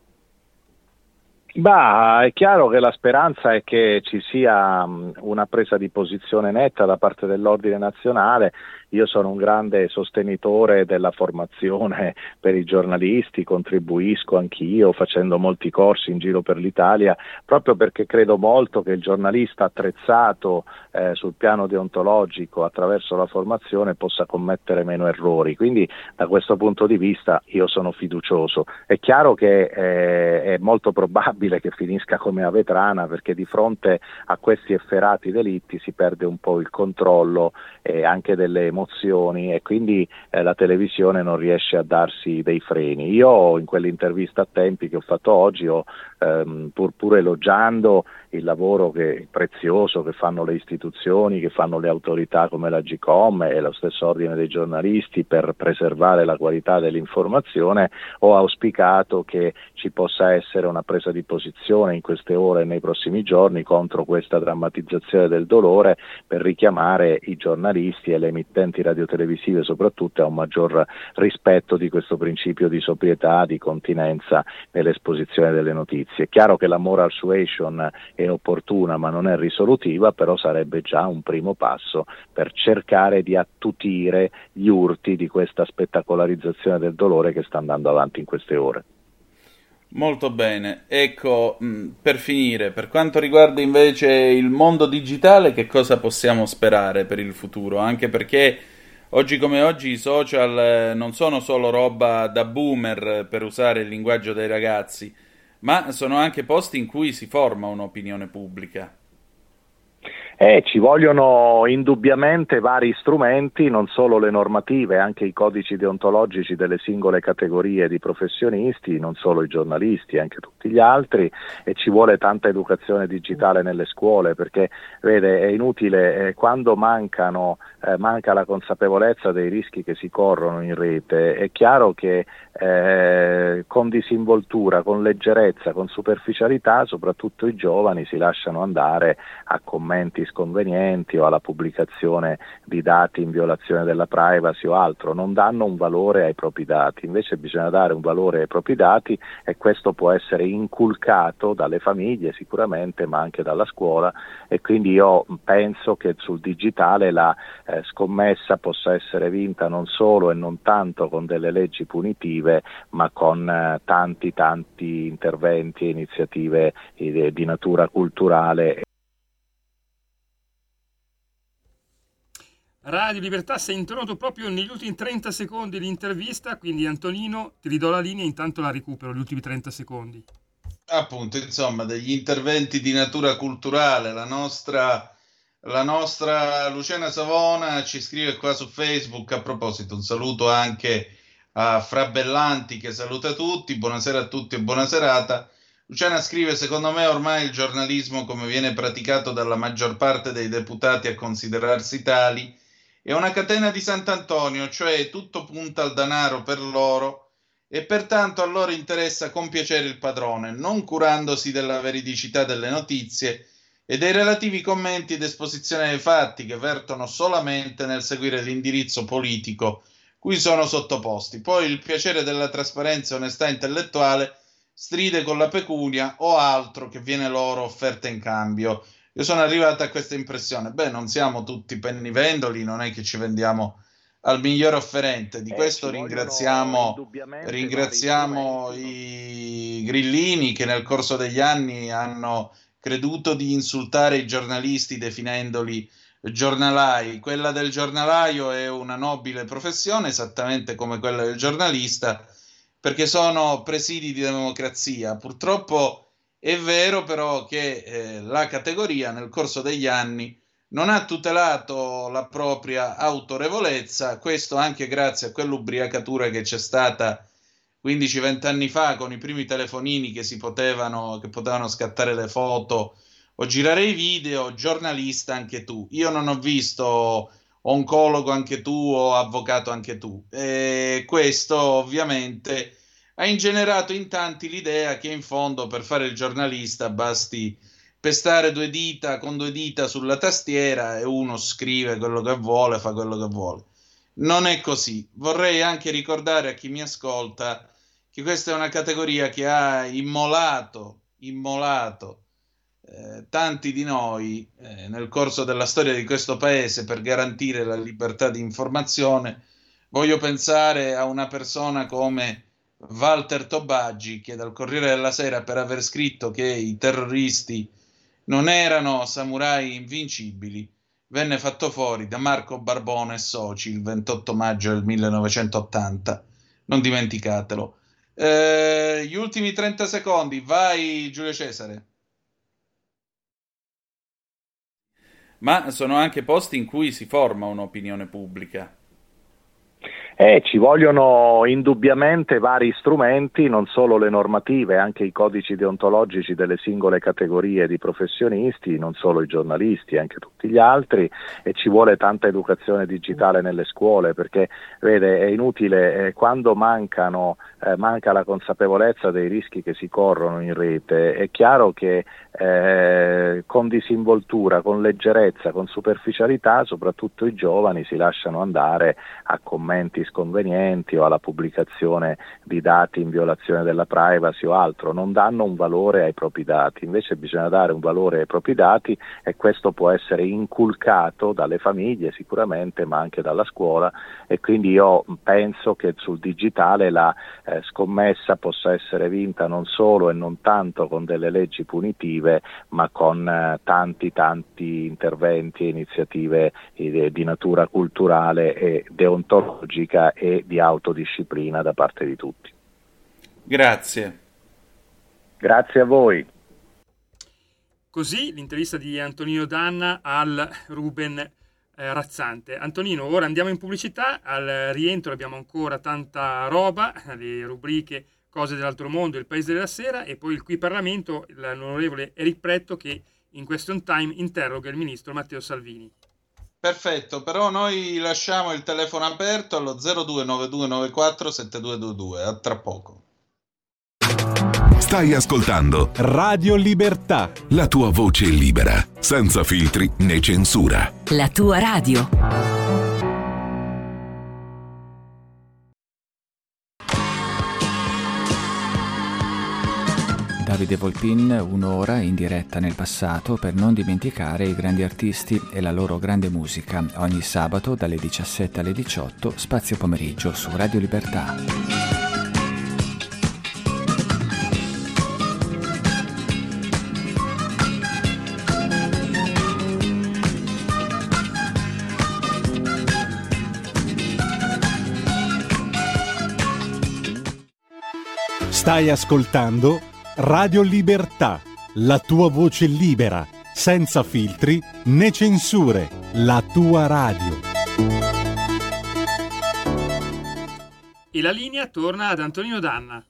Bah, è chiaro che la speranza è che ci sia una presa di posizione netta da parte dell'ordine nazionale. Io sono un grande sostenitore della formazione per i giornalisti, contribuisco anch'io facendo molti corsi in giro per l'Italia, proprio perché credo molto che il giornalista attrezzato eh, sul piano deontologico attraverso la formazione possa commettere meno errori. Quindi da questo punto di vista io sono fiducioso. È chiaro che eh, è molto probabile che finisca come Avetrana, perché di fronte a questi efferati delitti si perde un po' il controllo eh, anche delle emozioni e quindi eh, la televisione non riesce a darsi dei freni. Io in quell'intervista a Tempi che ho fatto oggi ho ehm, pur, pur elogiando il lavoro che, prezioso che fanno le istituzioni, che fanno le autorità come la Gcom e lo stesso ordine dei giornalisti per preservare la qualità dell'informazione, ho auspicato che ci possa essere una presa di posizione in queste ore e nei prossimi giorni contro questa drammatizzazione del dolore, per richiamare i giornalisti e le emittenti radiotelevisive soprattutto a un maggior rispetto di questo principio di sobrietà, di continenza nell'esposizione delle notizie. È chiaro che la moral suasion è opportuna ma non è risolutiva, però sarebbe già un primo passo per cercare di attutire gli urti di questa spettacolarizzazione del dolore che sta andando avanti in queste ore. Molto bene, ecco, per finire, per quanto riguarda invece il mondo digitale, che cosa possiamo sperare per il futuro? Anche perché oggi come oggi i social eh, non sono solo roba da boomer, per usare il linguaggio dei ragazzi, ma sono anche posti in cui si forma un'opinione pubblica. Eh, ci vogliono indubbiamente vari strumenti, non solo le normative, anche i codici deontologici delle singole categorie di professionisti, non solo i giornalisti, anche tutti gli altri, e ci vuole tanta educazione digitale nelle scuole, perché vede, è inutile, eh, quando mancano, eh, manca la consapevolezza dei rischi che si corrono in rete, è chiaro che eh, con disinvoltura, con leggerezza, con superficialità, soprattutto i giovani si lasciano andare a commenti sconvenienti o alla pubblicazione di dati in violazione della privacy o altro, non danno un valore ai propri dati, invece bisogna dare un valore ai propri dati, e questo può essere inculcato dalle famiglie sicuramente, ma anche dalla scuola, e quindi io penso che sul digitale la eh, scommessa possa essere vinta non solo e non tanto con delle leggi punitive, ma con eh, tanti tanti interventi e iniziative eh, di natura culturale. Radio Libertà, sei intornato proprio negli ultimi trenta secondi di intervista, quindi Antonino ti ridò la linea, intanto la recupero gli ultimi trenta secondi. Appunto, insomma, degli interventi di natura culturale, la nostra, la nostra Luciana Savona ci scrive qua su Facebook, a proposito, un saluto anche a Fra Bellanti che saluta tutti, buonasera a tutti e buona serata. Luciana scrive: secondo me ormai il giornalismo, come viene praticato dalla maggior parte dei deputati a considerarsi tali, è una catena di Sant'Antonio, cioè tutto punta al denaro per loro e pertanto a loro interessa compiacere il padrone, non curandosi della veridicità delle notizie e dei relativi commenti ed esposizione dei fatti, che vertono solamente nel seguire l'indirizzo politico cui sono sottoposti. Poi il piacere della trasparenza e onestà intellettuale stride con la pecunia o altro che viene loro offerta in cambio. Io sono arrivato a questa impressione. Beh, non siamo tutti pennivendoli, non è che ci vendiamo al migliore offerente. Di eh, questo ringraziamo, ringraziamo i grillini che nel corso degli anni hanno creduto di insultare i giornalisti definendoli giornalai. Quella del giornalaio è una nobile professione, esattamente come quella del giornalista, perché sono presidi di democrazia. Purtroppo è vero però che eh, la categoria nel corso degli anni non ha tutelato la propria autorevolezza, questo anche grazie a quell'ubriacatura che c'è stata quindici venti anni fa con i primi telefonini che si potevano, che potevano scattare le foto o girare i video. Giornalista anche tu, io non ho visto oncologo anche tu o avvocato anche tu, e questo ovviamente ha ingenerato in tanti l'idea che in fondo per fare il giornalista basti pestare due dita con due dita sulla tastiera e uno scrive quello che vuole, fa quello che vuole. Non è così. Vorrei anche ricordare a chi mi ascolta che questa è una categoria che ha immolato, immolato eh, tanti di noi eh, nel corso della storia di questo paese per garantire la libertà di informazione. Voglio pensare a una persona come Walter Tobaggi, che dal Corriere della Sera, per aver scritto che i terroristi non erano samurai invincibili, venne fatto fuori da Marco Barbone e soci il ventotto maggio del millenovecentottanta. Non dimenticatelo. Eh, gli ultimi trenta secondi, vai Giulio Cesare. Ma sono anche posti in cui si forma un'opinione pubblica. Eh, ci vogliono indubbiamente vari strumenti, non solo le normative, anche i codici deontologici delle singole categorie di professionisti, non solo i giornalisti, anche tutti gli altri, e ci vuole tanta educazione digitale nelle scuole, perché vede, è inutile, eh, quando mancano, eh, manca la consapevolezza dei rischi che si corrono in rete, è chiaro che eh, con disinvoltura, con leggerezza, con superficialità, soprattutto i giovani si lasciano andare a commenti sconvenienti o alla pubblicazione di dati in violazione della privacy o altro, non danno un valore ai propri dati, invece bisogna dare un valore ai propri dati e questo può essere inculcato dalle famiglie sicuramente, ma anche dalla scuola, e quindi io penso che sul digitale la eh, scommessa possa essere vinta non solo e non tanto con delle leggi punitive, ma con eh, tanti tanti interventi e iniziative eh, di natura culturale e deontologica e di autodisciplina da parte di tutti. Grazie. Grazie a voi. Così l'intervista di Antonino Danna al Ruben eh, Razzante. Antonino, ora andiamo in pubblicità, al rientro abbiamo ancora tanta roba, le rubriche Cose dell'altro mondo, Il Paese della Sera e poi il Qui Parlamento, l'onorevole Eric Pretto che in Question Time interroga il ministro Matteo Salvini. Perfetto, però noi lasciamo il telefono aperto allo zero due nove due nove quattro sette due due due, a tra poco. Stai ascoltando Radio Libertà, la tua voce libera, senza filtri né censura. La tua radio. Davide Volpin, un'ora in diretta nel passato per non dimenticare i grandi artisti e la loro grande musica. Ogni sabato dalle diciassette alle diciotto, spazio pomeriggio su Radio Libertà. Stai ascoltando Radio Libertà, la tua voce libera, senza filtri né censure, la tua radio. E la linea torna ad Antonino Danna.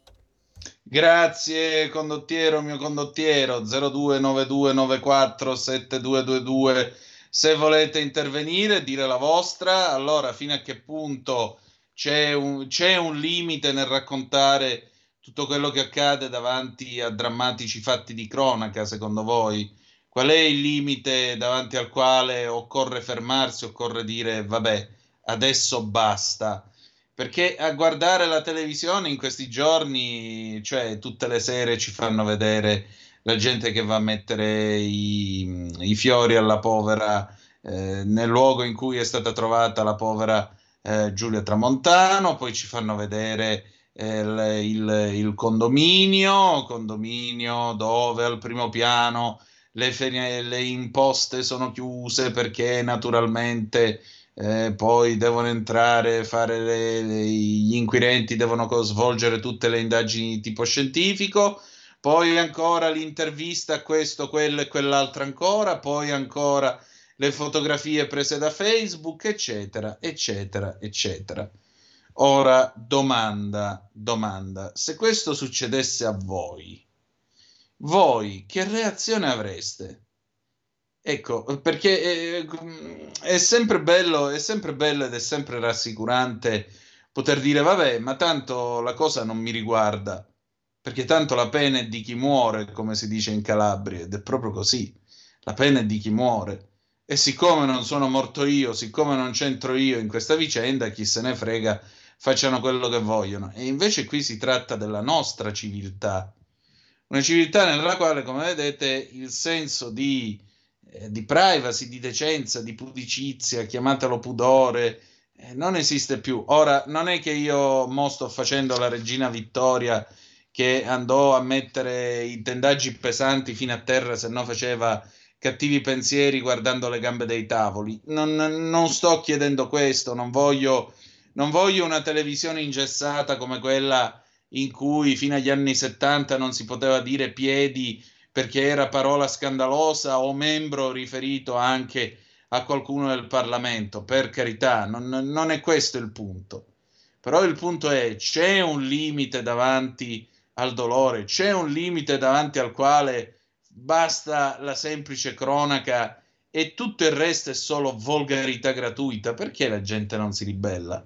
Grazie condottiero, mio condottiero, zero due nove due nove quattro sette due due due. Se volete intervenire, dire la vostra, allora fino a che punto c'è un, c'è un limite nel raccontare tutto quello che accade davanti a drammatici fatti di cronaca, secondo voi? Qual è il limite davanti al quale occorre fermarsi, occorre dire vabbè, adesso basta? Perché a guardare la televisione in questi giorni, cioè tutte le sere ci fanno vedere la gente che va a mettere i, i fiori alla povera, eh, nel luogo in cui è stata trovata la povera eh, Giulia Tramontano, poi ci fanno vedere Il, il, il condominio, condominio dove al primo piano le, le imposte sono chiuse perché naturalmente eh, poi devono entrare, fare le, le, gli inquirenti devono svolgere tutte le indagini di tipo scientifico, poi ancora l'intervista a questo, quello e quell'altro ancora, poi ancora le fotografie prese da Facebook, eccetera, eccetera, eccetera. Ora, domanda, domanda, se questo succedesse a voi, voi che reazione avreste? Ecco, perché è, è sempre bello, è sempre bello ed è sempre rassicurante poter dire, vabbè, ma tanto la cosa non mi riguarda, perché tanto la pena è di chi muore, come si dice in Calabria, ed è proprio così, la pena è di chi muore. E siccome non sono morto io, siccome non c'entro io in questa vicenda, chi se ne frega, facciano quello che vogliono. E invece qui si tratta della nostra civiltà, una civiltà nella quale, come vedete, il senso di, eh, di privacy, di decenza, di pudicizia, chiamatelo pudore, eh, non esiste più. Ora, non è che io mo sto facendo la regina Vittoria che andò a mettere i tendaggi pesanti fino a terra, se no faceva cattivi pensieri guardando le gambe dei tavoli. Non, non sto chiedendo questo, non voglio... Non voglio una televisione ingessata come quella in cui fino agli anni settanta non si poteva dire piedi perché era parola scandalosa o membro riferito anche a qualcuno del Parlamento. Per carità, non, non è questo il punto. Però il punto è, c'è un limite davanti al dolore, c'è un limite davanti al quale basta la semplice cronaca e tutto il resto è solo volgarità gratuita. Perché la gente non si ribella?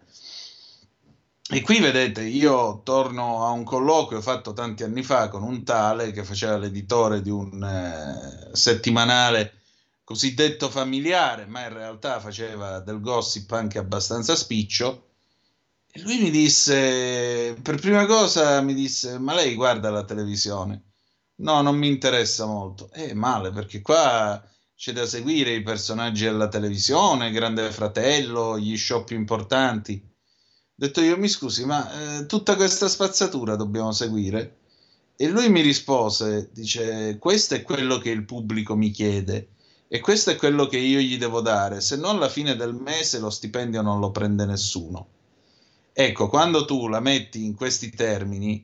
E qui vedete, io torno a un colloquio fatto tanti anni fa con un tale che faceva l'editore di un eh, settimanale cosiddetto familiare, ma in realtà faceva del gossip anche abbastanza spiccio, E lui mi disse, per prima cosa mi disse, ma lei guarda la televisione? No, non mi interessa molto. Eh, male, perché qua c'è da seguire i personaggi della televisione, Grande Fratello, gli show più importanti. Ho detto io, mi scusi, ma eh, tutta questa spazzatura dobbiamo seguire? E lui mi rispose, dice, questo è quello che il pubblico mi chiede e questo è quello che io gli devo dare, se no alla fine del mese lo stipendio non lo prende nessuno. Ecco, quando tu la metti in questi termini,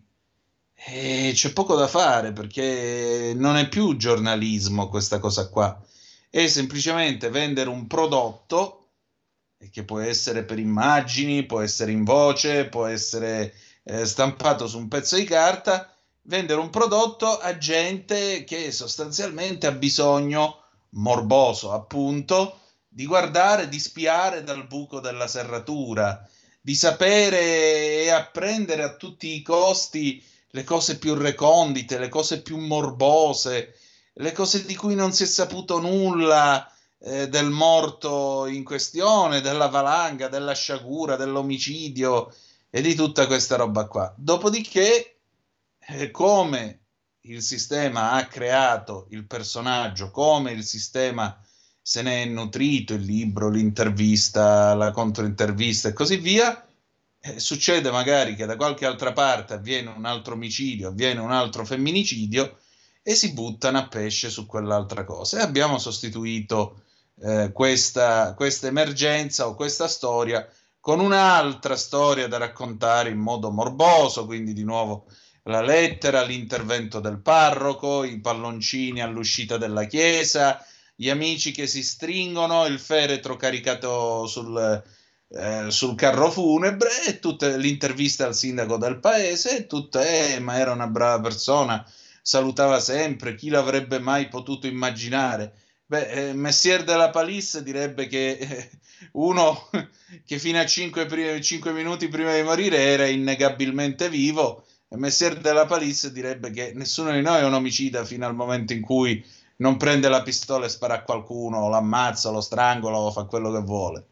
eh, c'è poco da fare, perché non è più giornalismo questa cosa qua, è semplicemente vendere un prodotto che può essere per immagini, può essere in voce, può essere eh, stampato su un pezzo di carta, vendere un prodotto a gente che sostanzialmente ha bisogno, morboso appunto, di guardare, di spiare dal buco della serratura, di sapere e apprendere a tutti i costi le cose più recondite, le cose più morbose, le cose di cui non si è saputo nulla, eh, del morto in questione, della valanga, della sciagura, dell'omicidio e di tutta questa roba qua. Dopodiché, eh, come il sistema ha creato il personaggio, come il sistema se ne è nutrito, il libro, l'intervista, la controintervista e così via, eh, succede magari che da qualche altra parte avviene un altro omicidio, avviene un altro femminicidio e si buttano a pesce su quell'altra cosa. E abbiamo sostituito eh, questa, questa emergenza o questa storia con un'altra storia da raccontare in modo morboso, quindi di nuovo la lettera, l'intervento del parroco, i palloncini all'uscita della chiesa, gli amici che si stringono, il feretro caricato sul, eh, sul carro funebre, e tutta l'intervista al sindaco del paese, e tutte, eh, ma era una brava persona, salutava sempre, chi l'avrebbe mai potuto immaginare? Beh, eh, Messier della Palisse direbbe che eh, uno che fino a cinque minuti prima di morire era innegabilmente vivo, e Messier della Palisse direbbe che nessuno di noi è un omicida fino al momento in cui non prende la pistola e spara a qualcuno, o l'ammazza, lo strangola, o fa quello che vuole.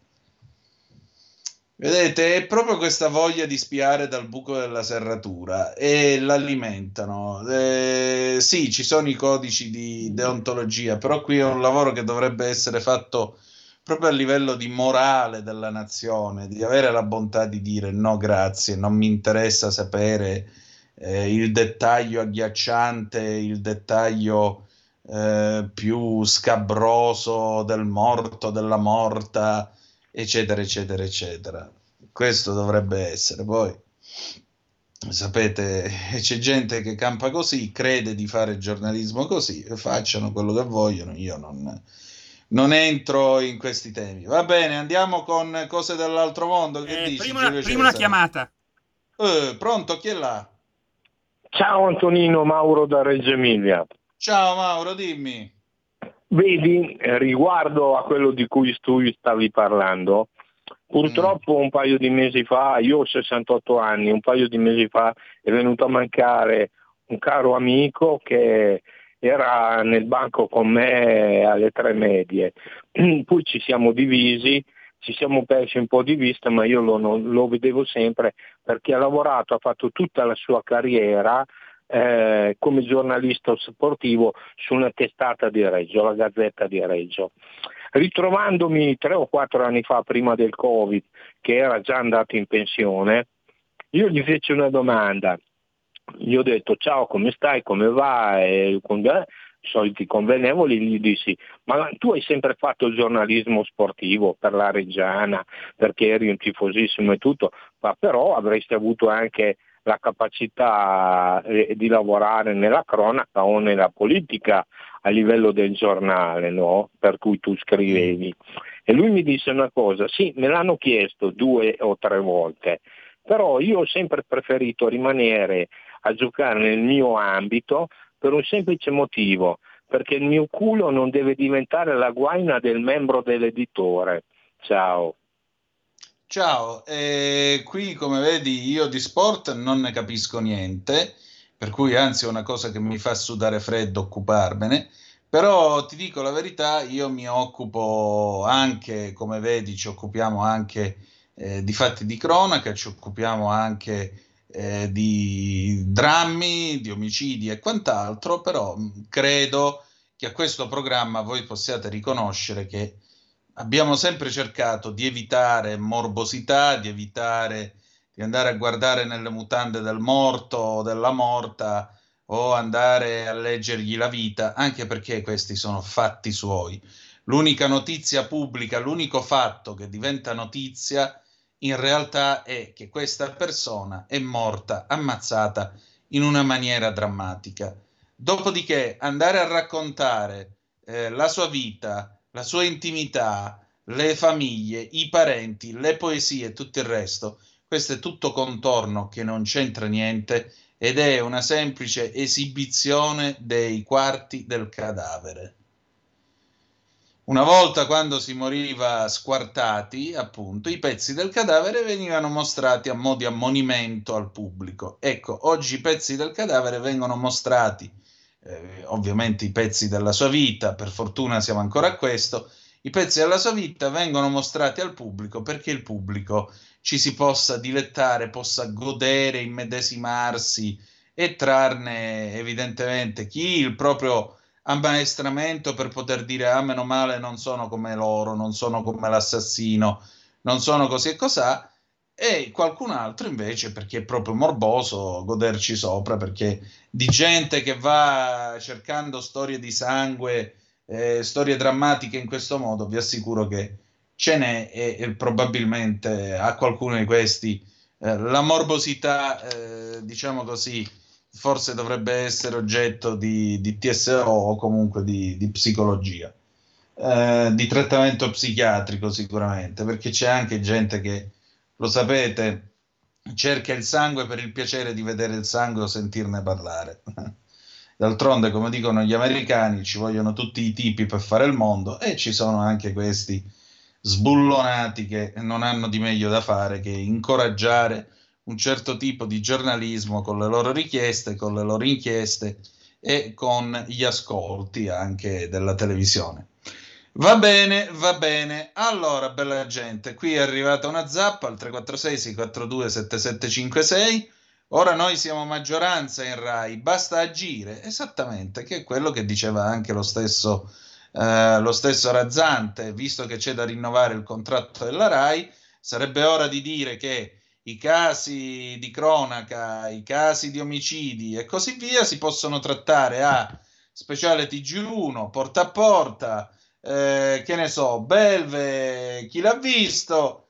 Vedete, è proprio questa voglia di spiare dal buco della serratura, e l'alimentano. Eh, sì, ci sono i codici di deontologia, però qui è un lavoro che dovrebbe essere fatto proprio a livello di morale della nazione, di avere la bontà di dire no grazie, non mi interessa sapere eh, il dettaglio agghiacciante, il dettaglio eh, più scabroso del morto, della morta, eccetera, eccetera, eccetera. Questo dovrebbe essere. Poi, sapete, c'è gente che campa così, crede di fare giornalismo così, e facciano quello che vogliono, io non... non entro in questi temi. Va bene, andiamo con cose dell'altro mondo. Che eh, dici? Prima, una, prima una chiamata. Eh, pronto, chi è là? Ciao Antonino, Mauro da Reggio Emilia. Ciao Mauro, dimmi. Vedi, riguardo a quello di cui tu stavi parlando, purtroppo un paio di mesi fa, io ho sessantotto anni, un paio di mesi fa è venuto a mancare un caro amico che era nel banco con me alle tre medie, poi ci siamo divisi, ci siamo persi un po' di vista, ma io lo, lo vedevo sempre perché ha lavorato, ha fatto tutta la sua carriera eh, come giornalista sportivo su una testata di Reggio, la Gazzetta di Reggio. Ritrovandomi tre o quattro anni fa, prima del Covid, che era già andato in pensione, io gli feci una domanda. Gli ho detto ciao, come stai, come va? E con i soliti convenevoli gli dissi, ma tu hai sempre fatto il giornalismo sportivo per la Reggiana, perché eri un tifosissimo e tutto, ma però avresti avuto anche la capacità di lavorare nella cronaca o nella politica a livello del giornale, no? Per cui tu scrivevi. E lui mi disse una cosa, sì, me l'hanno chiesto due o tre volte, però io ho sempre preferito rimanere a giocare nel mio ambito per un semplice motivo, perché il mio culo non deve diventare la guaina del membro dell'editore. Ciao. Ciao, eh, qui come vedi io di sport non ne capisco niente, per cui anzi è una cosa che mi fa sudare freddo occuparmene, però ti dico la verità, io mi occupo anche, come vedi ci occupiamo anche eh, di fatti di cronaca, ci occupiamo anche eh, di drammi, di omicidi e quant'altro, però mh, credo che a questo programma voi possiate riconoscere che abbiamo sempre cercato di evitare morbosità, di evitare di andare a guardare nelle mutande del morto o della morta o andare a leggergli la vita, anche perché questi sono fatti suoi. L'unica notizia pubblica, l'unico fatto che diventa notizia in realtà è che questa persona è morta ammazzata in una maniera drammatica. Dopodiché andare a raccontare eh, la sua vita, la sua intimità, le famiglie, i parenti, le poesie e tutto il resto, questo è tutto contorno che non c'entra niente ed è una semplice esibizione dei quarti del cadavere. Una volta, quando si moriva squartati, appunto, i pezzi del cadavere venivano mostrati a mo' di ammonimento al pubblico. Ecco, oggi i pezzi del cadavere vengono mostrati, eh, ovviamente i pezzi della sua vita, per fortuna siamo ancora a questo, i pezzi della sua vita vengono mostrati al pubblico perché il pubblico ci si possa dilettare, possa godere, immedesimarsi e trarne evidentemente chi il proprio ammaestramento per poter dire ah, meno male non sono come loro, non sono come l'assassino, non sono così e cos'ha, e qualcun altro invece perché è proprio morboso goderci sopra, perché di gente che va cercando storie di sangue, eh, storie drammatiche in questo modo, vi assicuro che ce n'è e, e probabilmente a qualcuno di questi eh, la morbosità, eh, diciamo così, forse dovrebbe essere oggetto di, di T S O o comunque di, di psicologia, eh, di trattamento psichiatrico sicuramente, perché c'è anche gente che, lo sapete, cerca il sangue per il piacere di vedere il sangue o sentirne parlare. D'altronde, come dicono gli americani, ci vogliono tutti i tipi per fare il mondo e ci sono anche questi sbullonati che non hanno di meglio da fare che incoraggiare un certo tipo di giornalismo con le loro richieste, con le loro inchieste e con gli ascolti anche della televisione. Va bene, va bene. Allora, bella gente, qui è arrivata una zappa al tre quattro sei sei quattro due sette sette cinque sei. Ora noi siamo maggioranza in Rai, basta agire, esattamente, che è quello che diceva anche lo stesso, eh, lo stesso Razzante, visto che c'è da rinnovare il contratto della Rai, sarebbe ora di dire che i casi di cronaca, i casi di omicidi e così via si possono trattare a speciale T G uno, porta a porta, eh, che ne so, Belve, chi l'ha visto,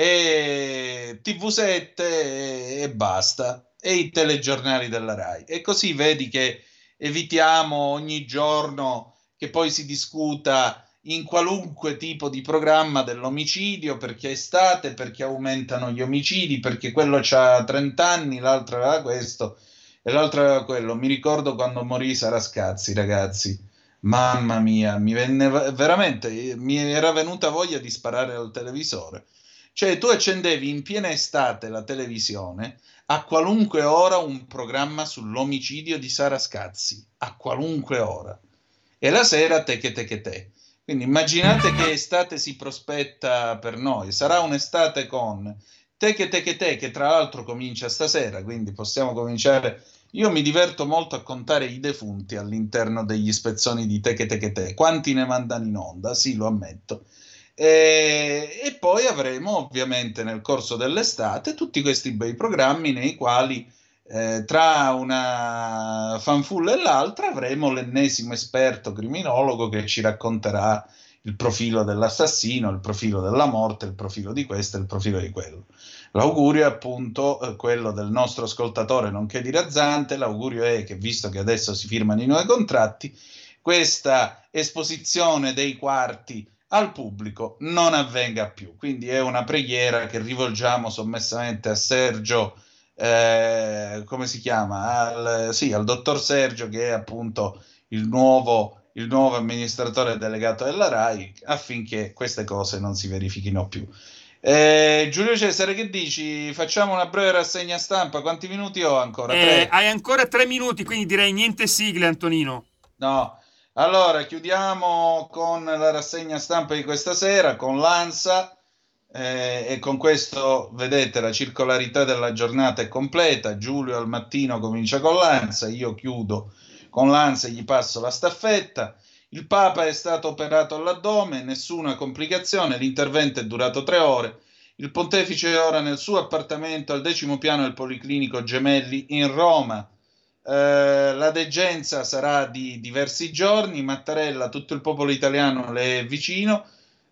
e T V sette e, e basta, e i telegiornali della Rai. E così vedi che evitiamo ogni giorno che poi si discuta in qualunque tipo di programma dell'omicidio, perché è estate, perché aumentano gli omicidi, perché quello c'ha trenta anni, l'altro aveva questo e l'altro aveva quello. Mi ricordo quando morì Sarascazzi, ragazzi, mamma mia, mi venne veramente, mi era venuta voglia di sparare al televisore. Cioè tu accendevi in piena estate la televisione, a qualunque ora un programma sull'omicidio di Sarascazzi, a qualunque ora, e la sera te che te che te. Quindi immaginate che estate si prospetta per noi. Sarà un'estate con te che te che te, che tra l'altro comincia stasera, quindi possiamo cominciare. Io mi diverto molto a contare i defunti all'interno degli spezzoni di te che te che te. Quanti ne mandano in onda? Sì, lo ammetto. E, e poi avremo ovviamente nel corso dell'estate tutti questi bei programmi nei quali Eh, tra una fanfulla e l'altra avremo l'ennesimo esperto criminologo che ci racconterà il profilo dell'assassino, il profilo della morte, il profilo di questo e il profilo di quello. L'augurio è appunto eh, quello del nostro ascoltatore nonché di Razzante. L'augurio è che, visto che adesso si firmano i nuovi contratti, questa esposizione dei quarti al pubblico non avvenga più. Quindi è una preghiera che rivolgiamo sommessamente a Sergio, Eh, come si chiama? Al, sì, al dottor Sergio, che è appunto il nuovo, il nuovo amministratore delegato della Rai, affinché queste cose non si verifichino più. Eh, Giulio Cesare, che dici? Facciamo una breve rassegna stampa? Quanti minuti ho ancora? Eh, tre? hai ancora tre minuti, quindi direi niente sigle, Antonino. No. Allora, chiudiamo con la rassegna stampa di questa sera, con l'ANSA. eh, e con questo vedete la circolarità della giornata è completa. Giulio al mattino comincia con l'ANSA, io chiudo con l'ANSA e gli passo la staffetta. Il Papa è stato operato all'addome, nessuna complicazione, l'intervento è durato tre ore. Il pontefice è ora nel suo appartamento al decimo piano del Policlinico Gemelli in Roma. Eh, la degenza sarà di diversi giorni. Mattarella, tutto il popolo italiano le è vicino.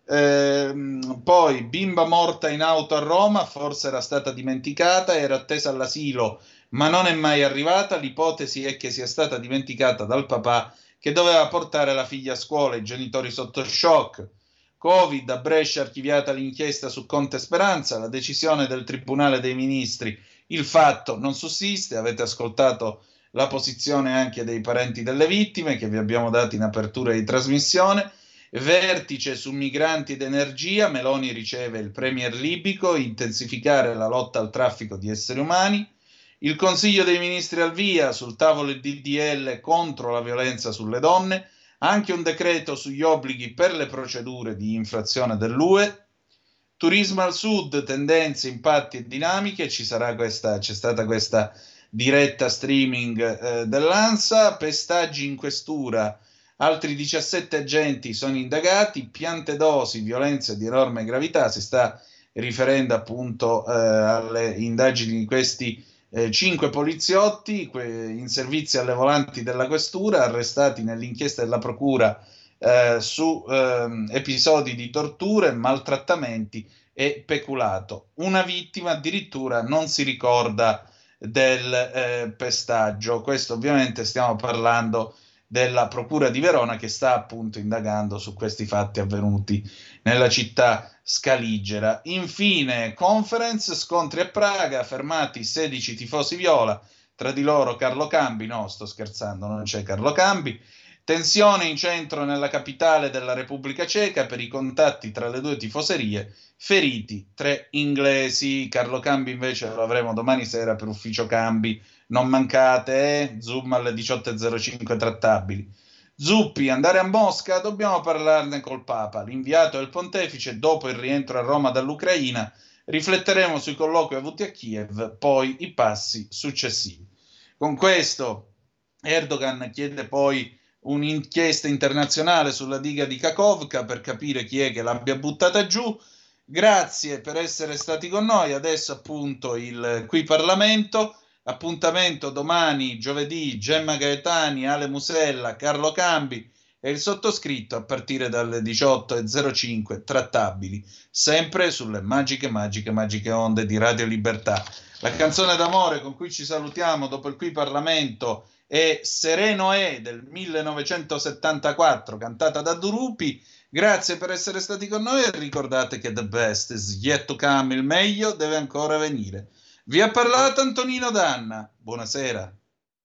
Eh, poi bimba morta in auto a Roma, forse era stata dimenticata, era attesa all'asilo ma non è mai arrivata. L'ipotesi è che sia stata dimenticata dal papà che doveva portare la figlia a scuola, i genitori sotto shock. Covid, a Brescia archiviata l'inchiesta su Conte Speranza, la decisione del Tribunale dei Ministri, il fatto non sussiste. Avete ascoltato la posizione anche dei parenti delle vittime che vi abbiamo dato in apertura di trasmissione. Vertice su migranti ed energia, Meloni riceve il premier libico, intensificare la lotta al traffico di esseri umani. Il Consiglio dei Ministri al via, sul tavolo il D D L contro la violenza sulle donne, anche un decreto sugli obblighi per le procedure di infrazione dell'U E. Turismo al sud, tendenze, impatti e dinamiche, ci sarà questa, c'è stata questa diretta streaming eh, dell'ANSA. Pestaggi in questura, altri diciassette agenti sono indagati. Piante dosi, violenze di enorme gravità, si sta riferendo appunto eh, alle indagini di questi Eh, cinque poliziotti que- in servizio alle volanti della questura, arrestati nell'inchiesta della procura eh, su eh, episodi di torture, maltrattamenti e peculato. Una vittima addirittura non si ricorda del eh, pestaggio. Questo ovviamente stiamo parlando della procura di Verona che sta appunto indagando su questi fatti avvenuti nella città scaligera. Infine, conference, scontri a Praga, fermati sedici tifosi viola, tra di loro Carlo Cambi. No, sto scherzando, non c'è Carlo Cambi. Tensione in centro nella capitale della Repubblica Ceca per i contatti tra le due tifoserie, feriti tre inglesi. Carlo Cambi invece lo avremo domani sera per Ufficio Cambi, non mancate, eh? Zoom alle diciotto e zero cinque trattabili. Zuppi, andare a Mosca, dobbiamo parlarne col Papa, l'inviato del pontefice dopo il rientro a Roma dall'Ucraina. Rifletteremo sui colloqui avuti a Kiev, poi i passi successivi. Con questo Erdogan chiede poi un'inchiesta internazionale sulla diga di Kakhovka per capire chi è che l'abbia buttata giù. Grazie per essere stati con noi. Adesso appunto il Qui Parlamento. Appuntamento domani, giovedì, Gemma Gaetani, Ale Musella, Carlo Cambi e il sottoscritto a partire dalle diciotto e zero cinque trattabili, sempre sulle magiche, magiche, magiche onde di Radio Libertà. La canzone d'amore con cui ci salutiamo dopo il Qui Parlamento è Sereno è del millenovecentosettantaquattro, cantata da Durupi. Grazie per essere stati con noi e ricordate che the best is yet to come, il meglio deve ancora venire. Vi ha parlato Antonino Danna. Buonasera.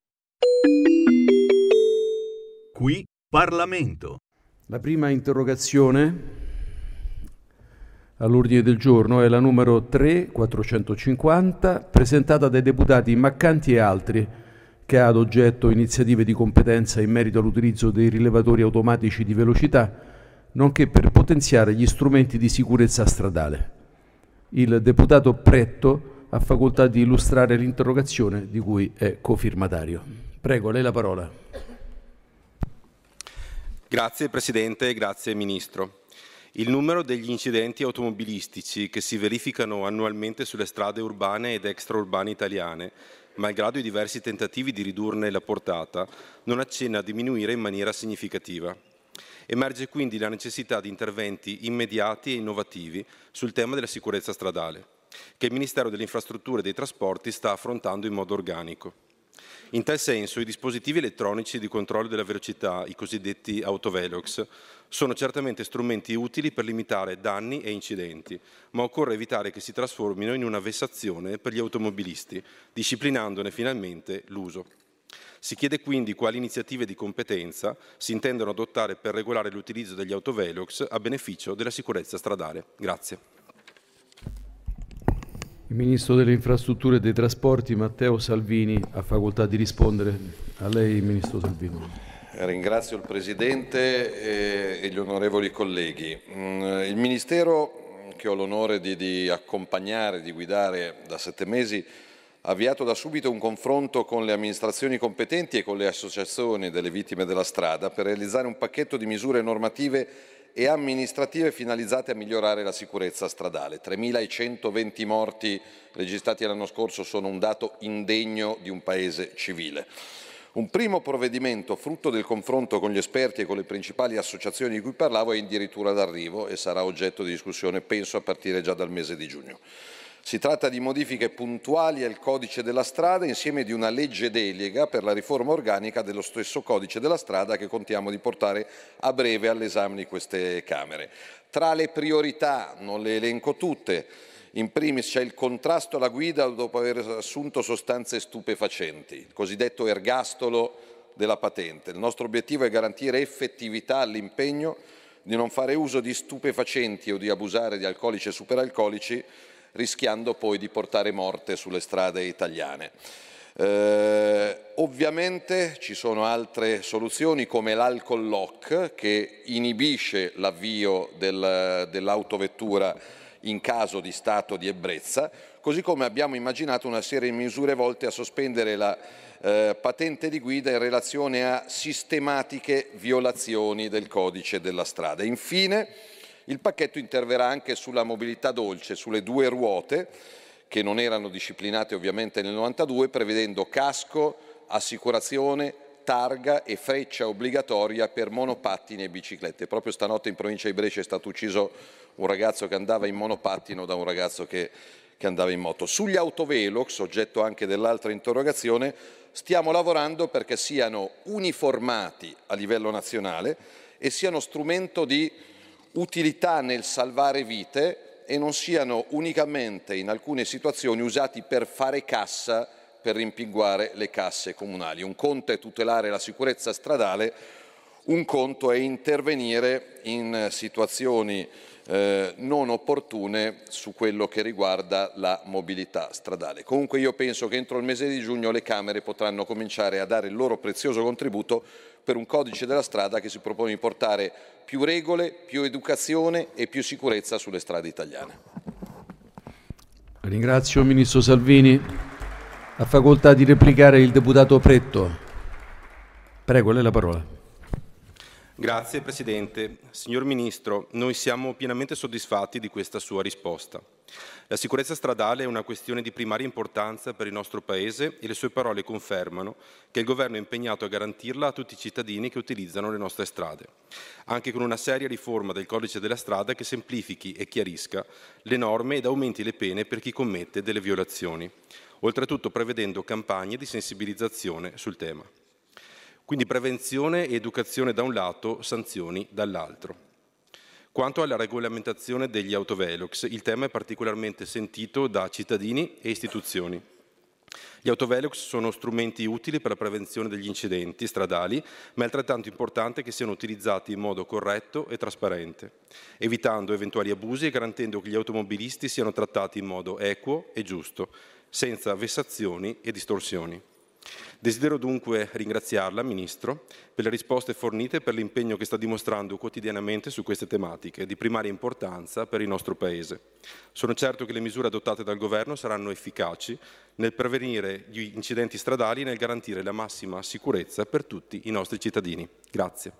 Qui Parlamento. La prima interrogazione all'ordine del giorno è la numero tre quattrocentocinquanta, presentata dai deputati Maccanti e altri, che ha ad oggetto iniziative di competenza in merito all'utilizzo dei rilevatori automatici di velocità, nonché per potenziare gli strumenti di sicurezza stradale. Il deputato Pretto ha facoltà di illustrare l'interrogazione di cui è cofirmatario. Prego, lei la parola. Grazie Presidente, grazie Ministro. Il numero degli incidenti automobilistici che si verificano annualmente sulle strade urbane ed extraurbane italiane, malgrado i diversi tentativi di ridurne la portata, non accenna a diminuire in maniera significativa. Emerge quindi la necessità di interventi immediati e innovativi sul tema della sicurezza stradale, che il Ministero delle Infrastrutture e dei Trasporti sta affrontando in modo organico. In tal senso, i dispositivi elettronici di controllo della velocità, i cosiddetti autovelox, sono certamente strumenti utili per limitare danni e incidenti, ma occorre evitare che si trasformino in una vessazione per gli automobilisti, disciplinandone finalmente l'uso. Si chiede quindi quali iniziative di competenza si intendono adottare per regolare l'utilizzo degli autovelox a beneficio della sicurezza stradale. Grazie. Il Ministro delle Infrastrutture e dei Trasporti, Matteo Salvini, ha facoltà di rispondere. A lei, Ministro Salvini. Ringrazio il Presidente e gli onorevoli colleghi. Il Ministero che ho l'onore di, di accompagnare, di guidare da sette mesi, ha avviato da subito un confronto con le amministrazioni competenti e con le associazioni delle vittime della strada per realizzare un pacchetto di misure normative e amministrative finalizzate a migliorare la sicurezza stradale. tremilacentoventi morti registrati l'anno scorso sono un dato indegno di un paese civile. Un primo provvedimento, frutto del confronto con gli esperti e con le principali associazioni di cui parlavo, è addirittura d'arrivo e sarà oggetto di discussione, penso, a partire già dal mese di giugno. Si tratta di modifiche puntuali al codice della strada insieme di una legge delega per la riforma organica dello stesso codice della strada che contiamo di portare a breve all'esame di queste Camere. Tra le priorità, non le elenco tutte, in primis c'è il contrasto alla guida dopo aver assunto sostanze stupefacenti, il cosiddetto ergastolo della patente. Il nostro obiettivo è garantire effettività all'impegno di non fare uso di stupefacenti o di abusare di alcolici e superalcolici, rischiando poi di portare morte sulle strade italiane. Eh, ovviamente ci sono altre soluzioni come l'alcol lock che inibisce l'avvio del, dell'autovettura in caso di stato di ebbrezza, così come abbiamo immaginato una serie di misure volte a sospendere la eh, patente di guida in relazione a sistematiche violazioni del codice della strada. Infine, il pacchetto interverrà anche sulla mobilità dolce, sulle due ruote, che non erano disciplinate ovviamente nel novantadue, prevedendo casco, assicurazione, targa e freccia obbligatoria per monopattini e biciclette. Proprio stanotte in provincia di Brescia è stato ucciso un ragazzo che andava in monopattino da un ragazzo che, che andava in moto. Sugli autovelox, oggetto anche dell'altra interrogazione, stiamo lavorando perché siano uniformati a livello nazionale e siano strumento di utilità nel salvare vite e non siano unicamente in alcune situazioni usati per fare cassa, per rimpinguare le casse comunali. Un conto è tutelare la sicurezza stradale, un conto è intervenire in situazioni eh, non opportune su quello che riguarda la mobilità stradale. Comunque io penso che entro il mese di giugno le Camere potranno cominciare a dare il loro prezioso contributo per un codice della strada che si propone di portare più regole, più educazione e più sicurezza sulle strade italiane. Ringrazio il Ministro Salvini. Ha facoltà di replicare il deputato Pretto. Prego, lei la parola. Grazie Presidente. Signor Ministro, noi siamo pienamente soddisfatti di questa sua risposta. La sicurezza stradale è una questione di primaria importanza per il nostro Paese e le sue parole confermano che il Governo è impegnato a garantirla a tutti i cittadini che utilizzano le nostre strade, anche con una seria riforma del codice della strada che semplifichi e chiarisca le norme ed aumenti le pene per chi commette delle violazioni, oltretutto prevedendo campagne di sensibilizzazione sul tema. Quindi prevenzione e educazione da un lato, sanzioni dall'altro. Quanto alla regolamentazione degli autovelox, il tema è particolarmente sentito da cittadini e istituzioni. Gli autovelox sono strumenti utili per la prevenzione degli incidenti stradali, ma è altrettanto importante che siano utilizzati in modo corretto e trasparente, evitando eventuali abusi e garantendo che gli automobilisti siano trattati in modo equo e giusto, senza vessazioni e distorsioni. Desidero dunque ringraziarla, Ministro, per le risposte fornite e per l'impegno che sta dimostrando quotidianamente su queste tematiche di primaria importanza per il nostro Paese. Sono certo che le misure adottate dal Governo saranno efficaci nel prevenire gli incidenti stradali e nel garantire la massima sicurezza per tutti i nostri cittadini. Grazie.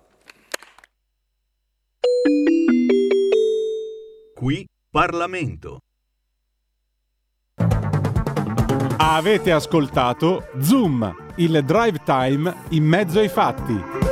Qui Parlamento. Avete ascoltato Zoom, il drive time in mezzo ai fatti.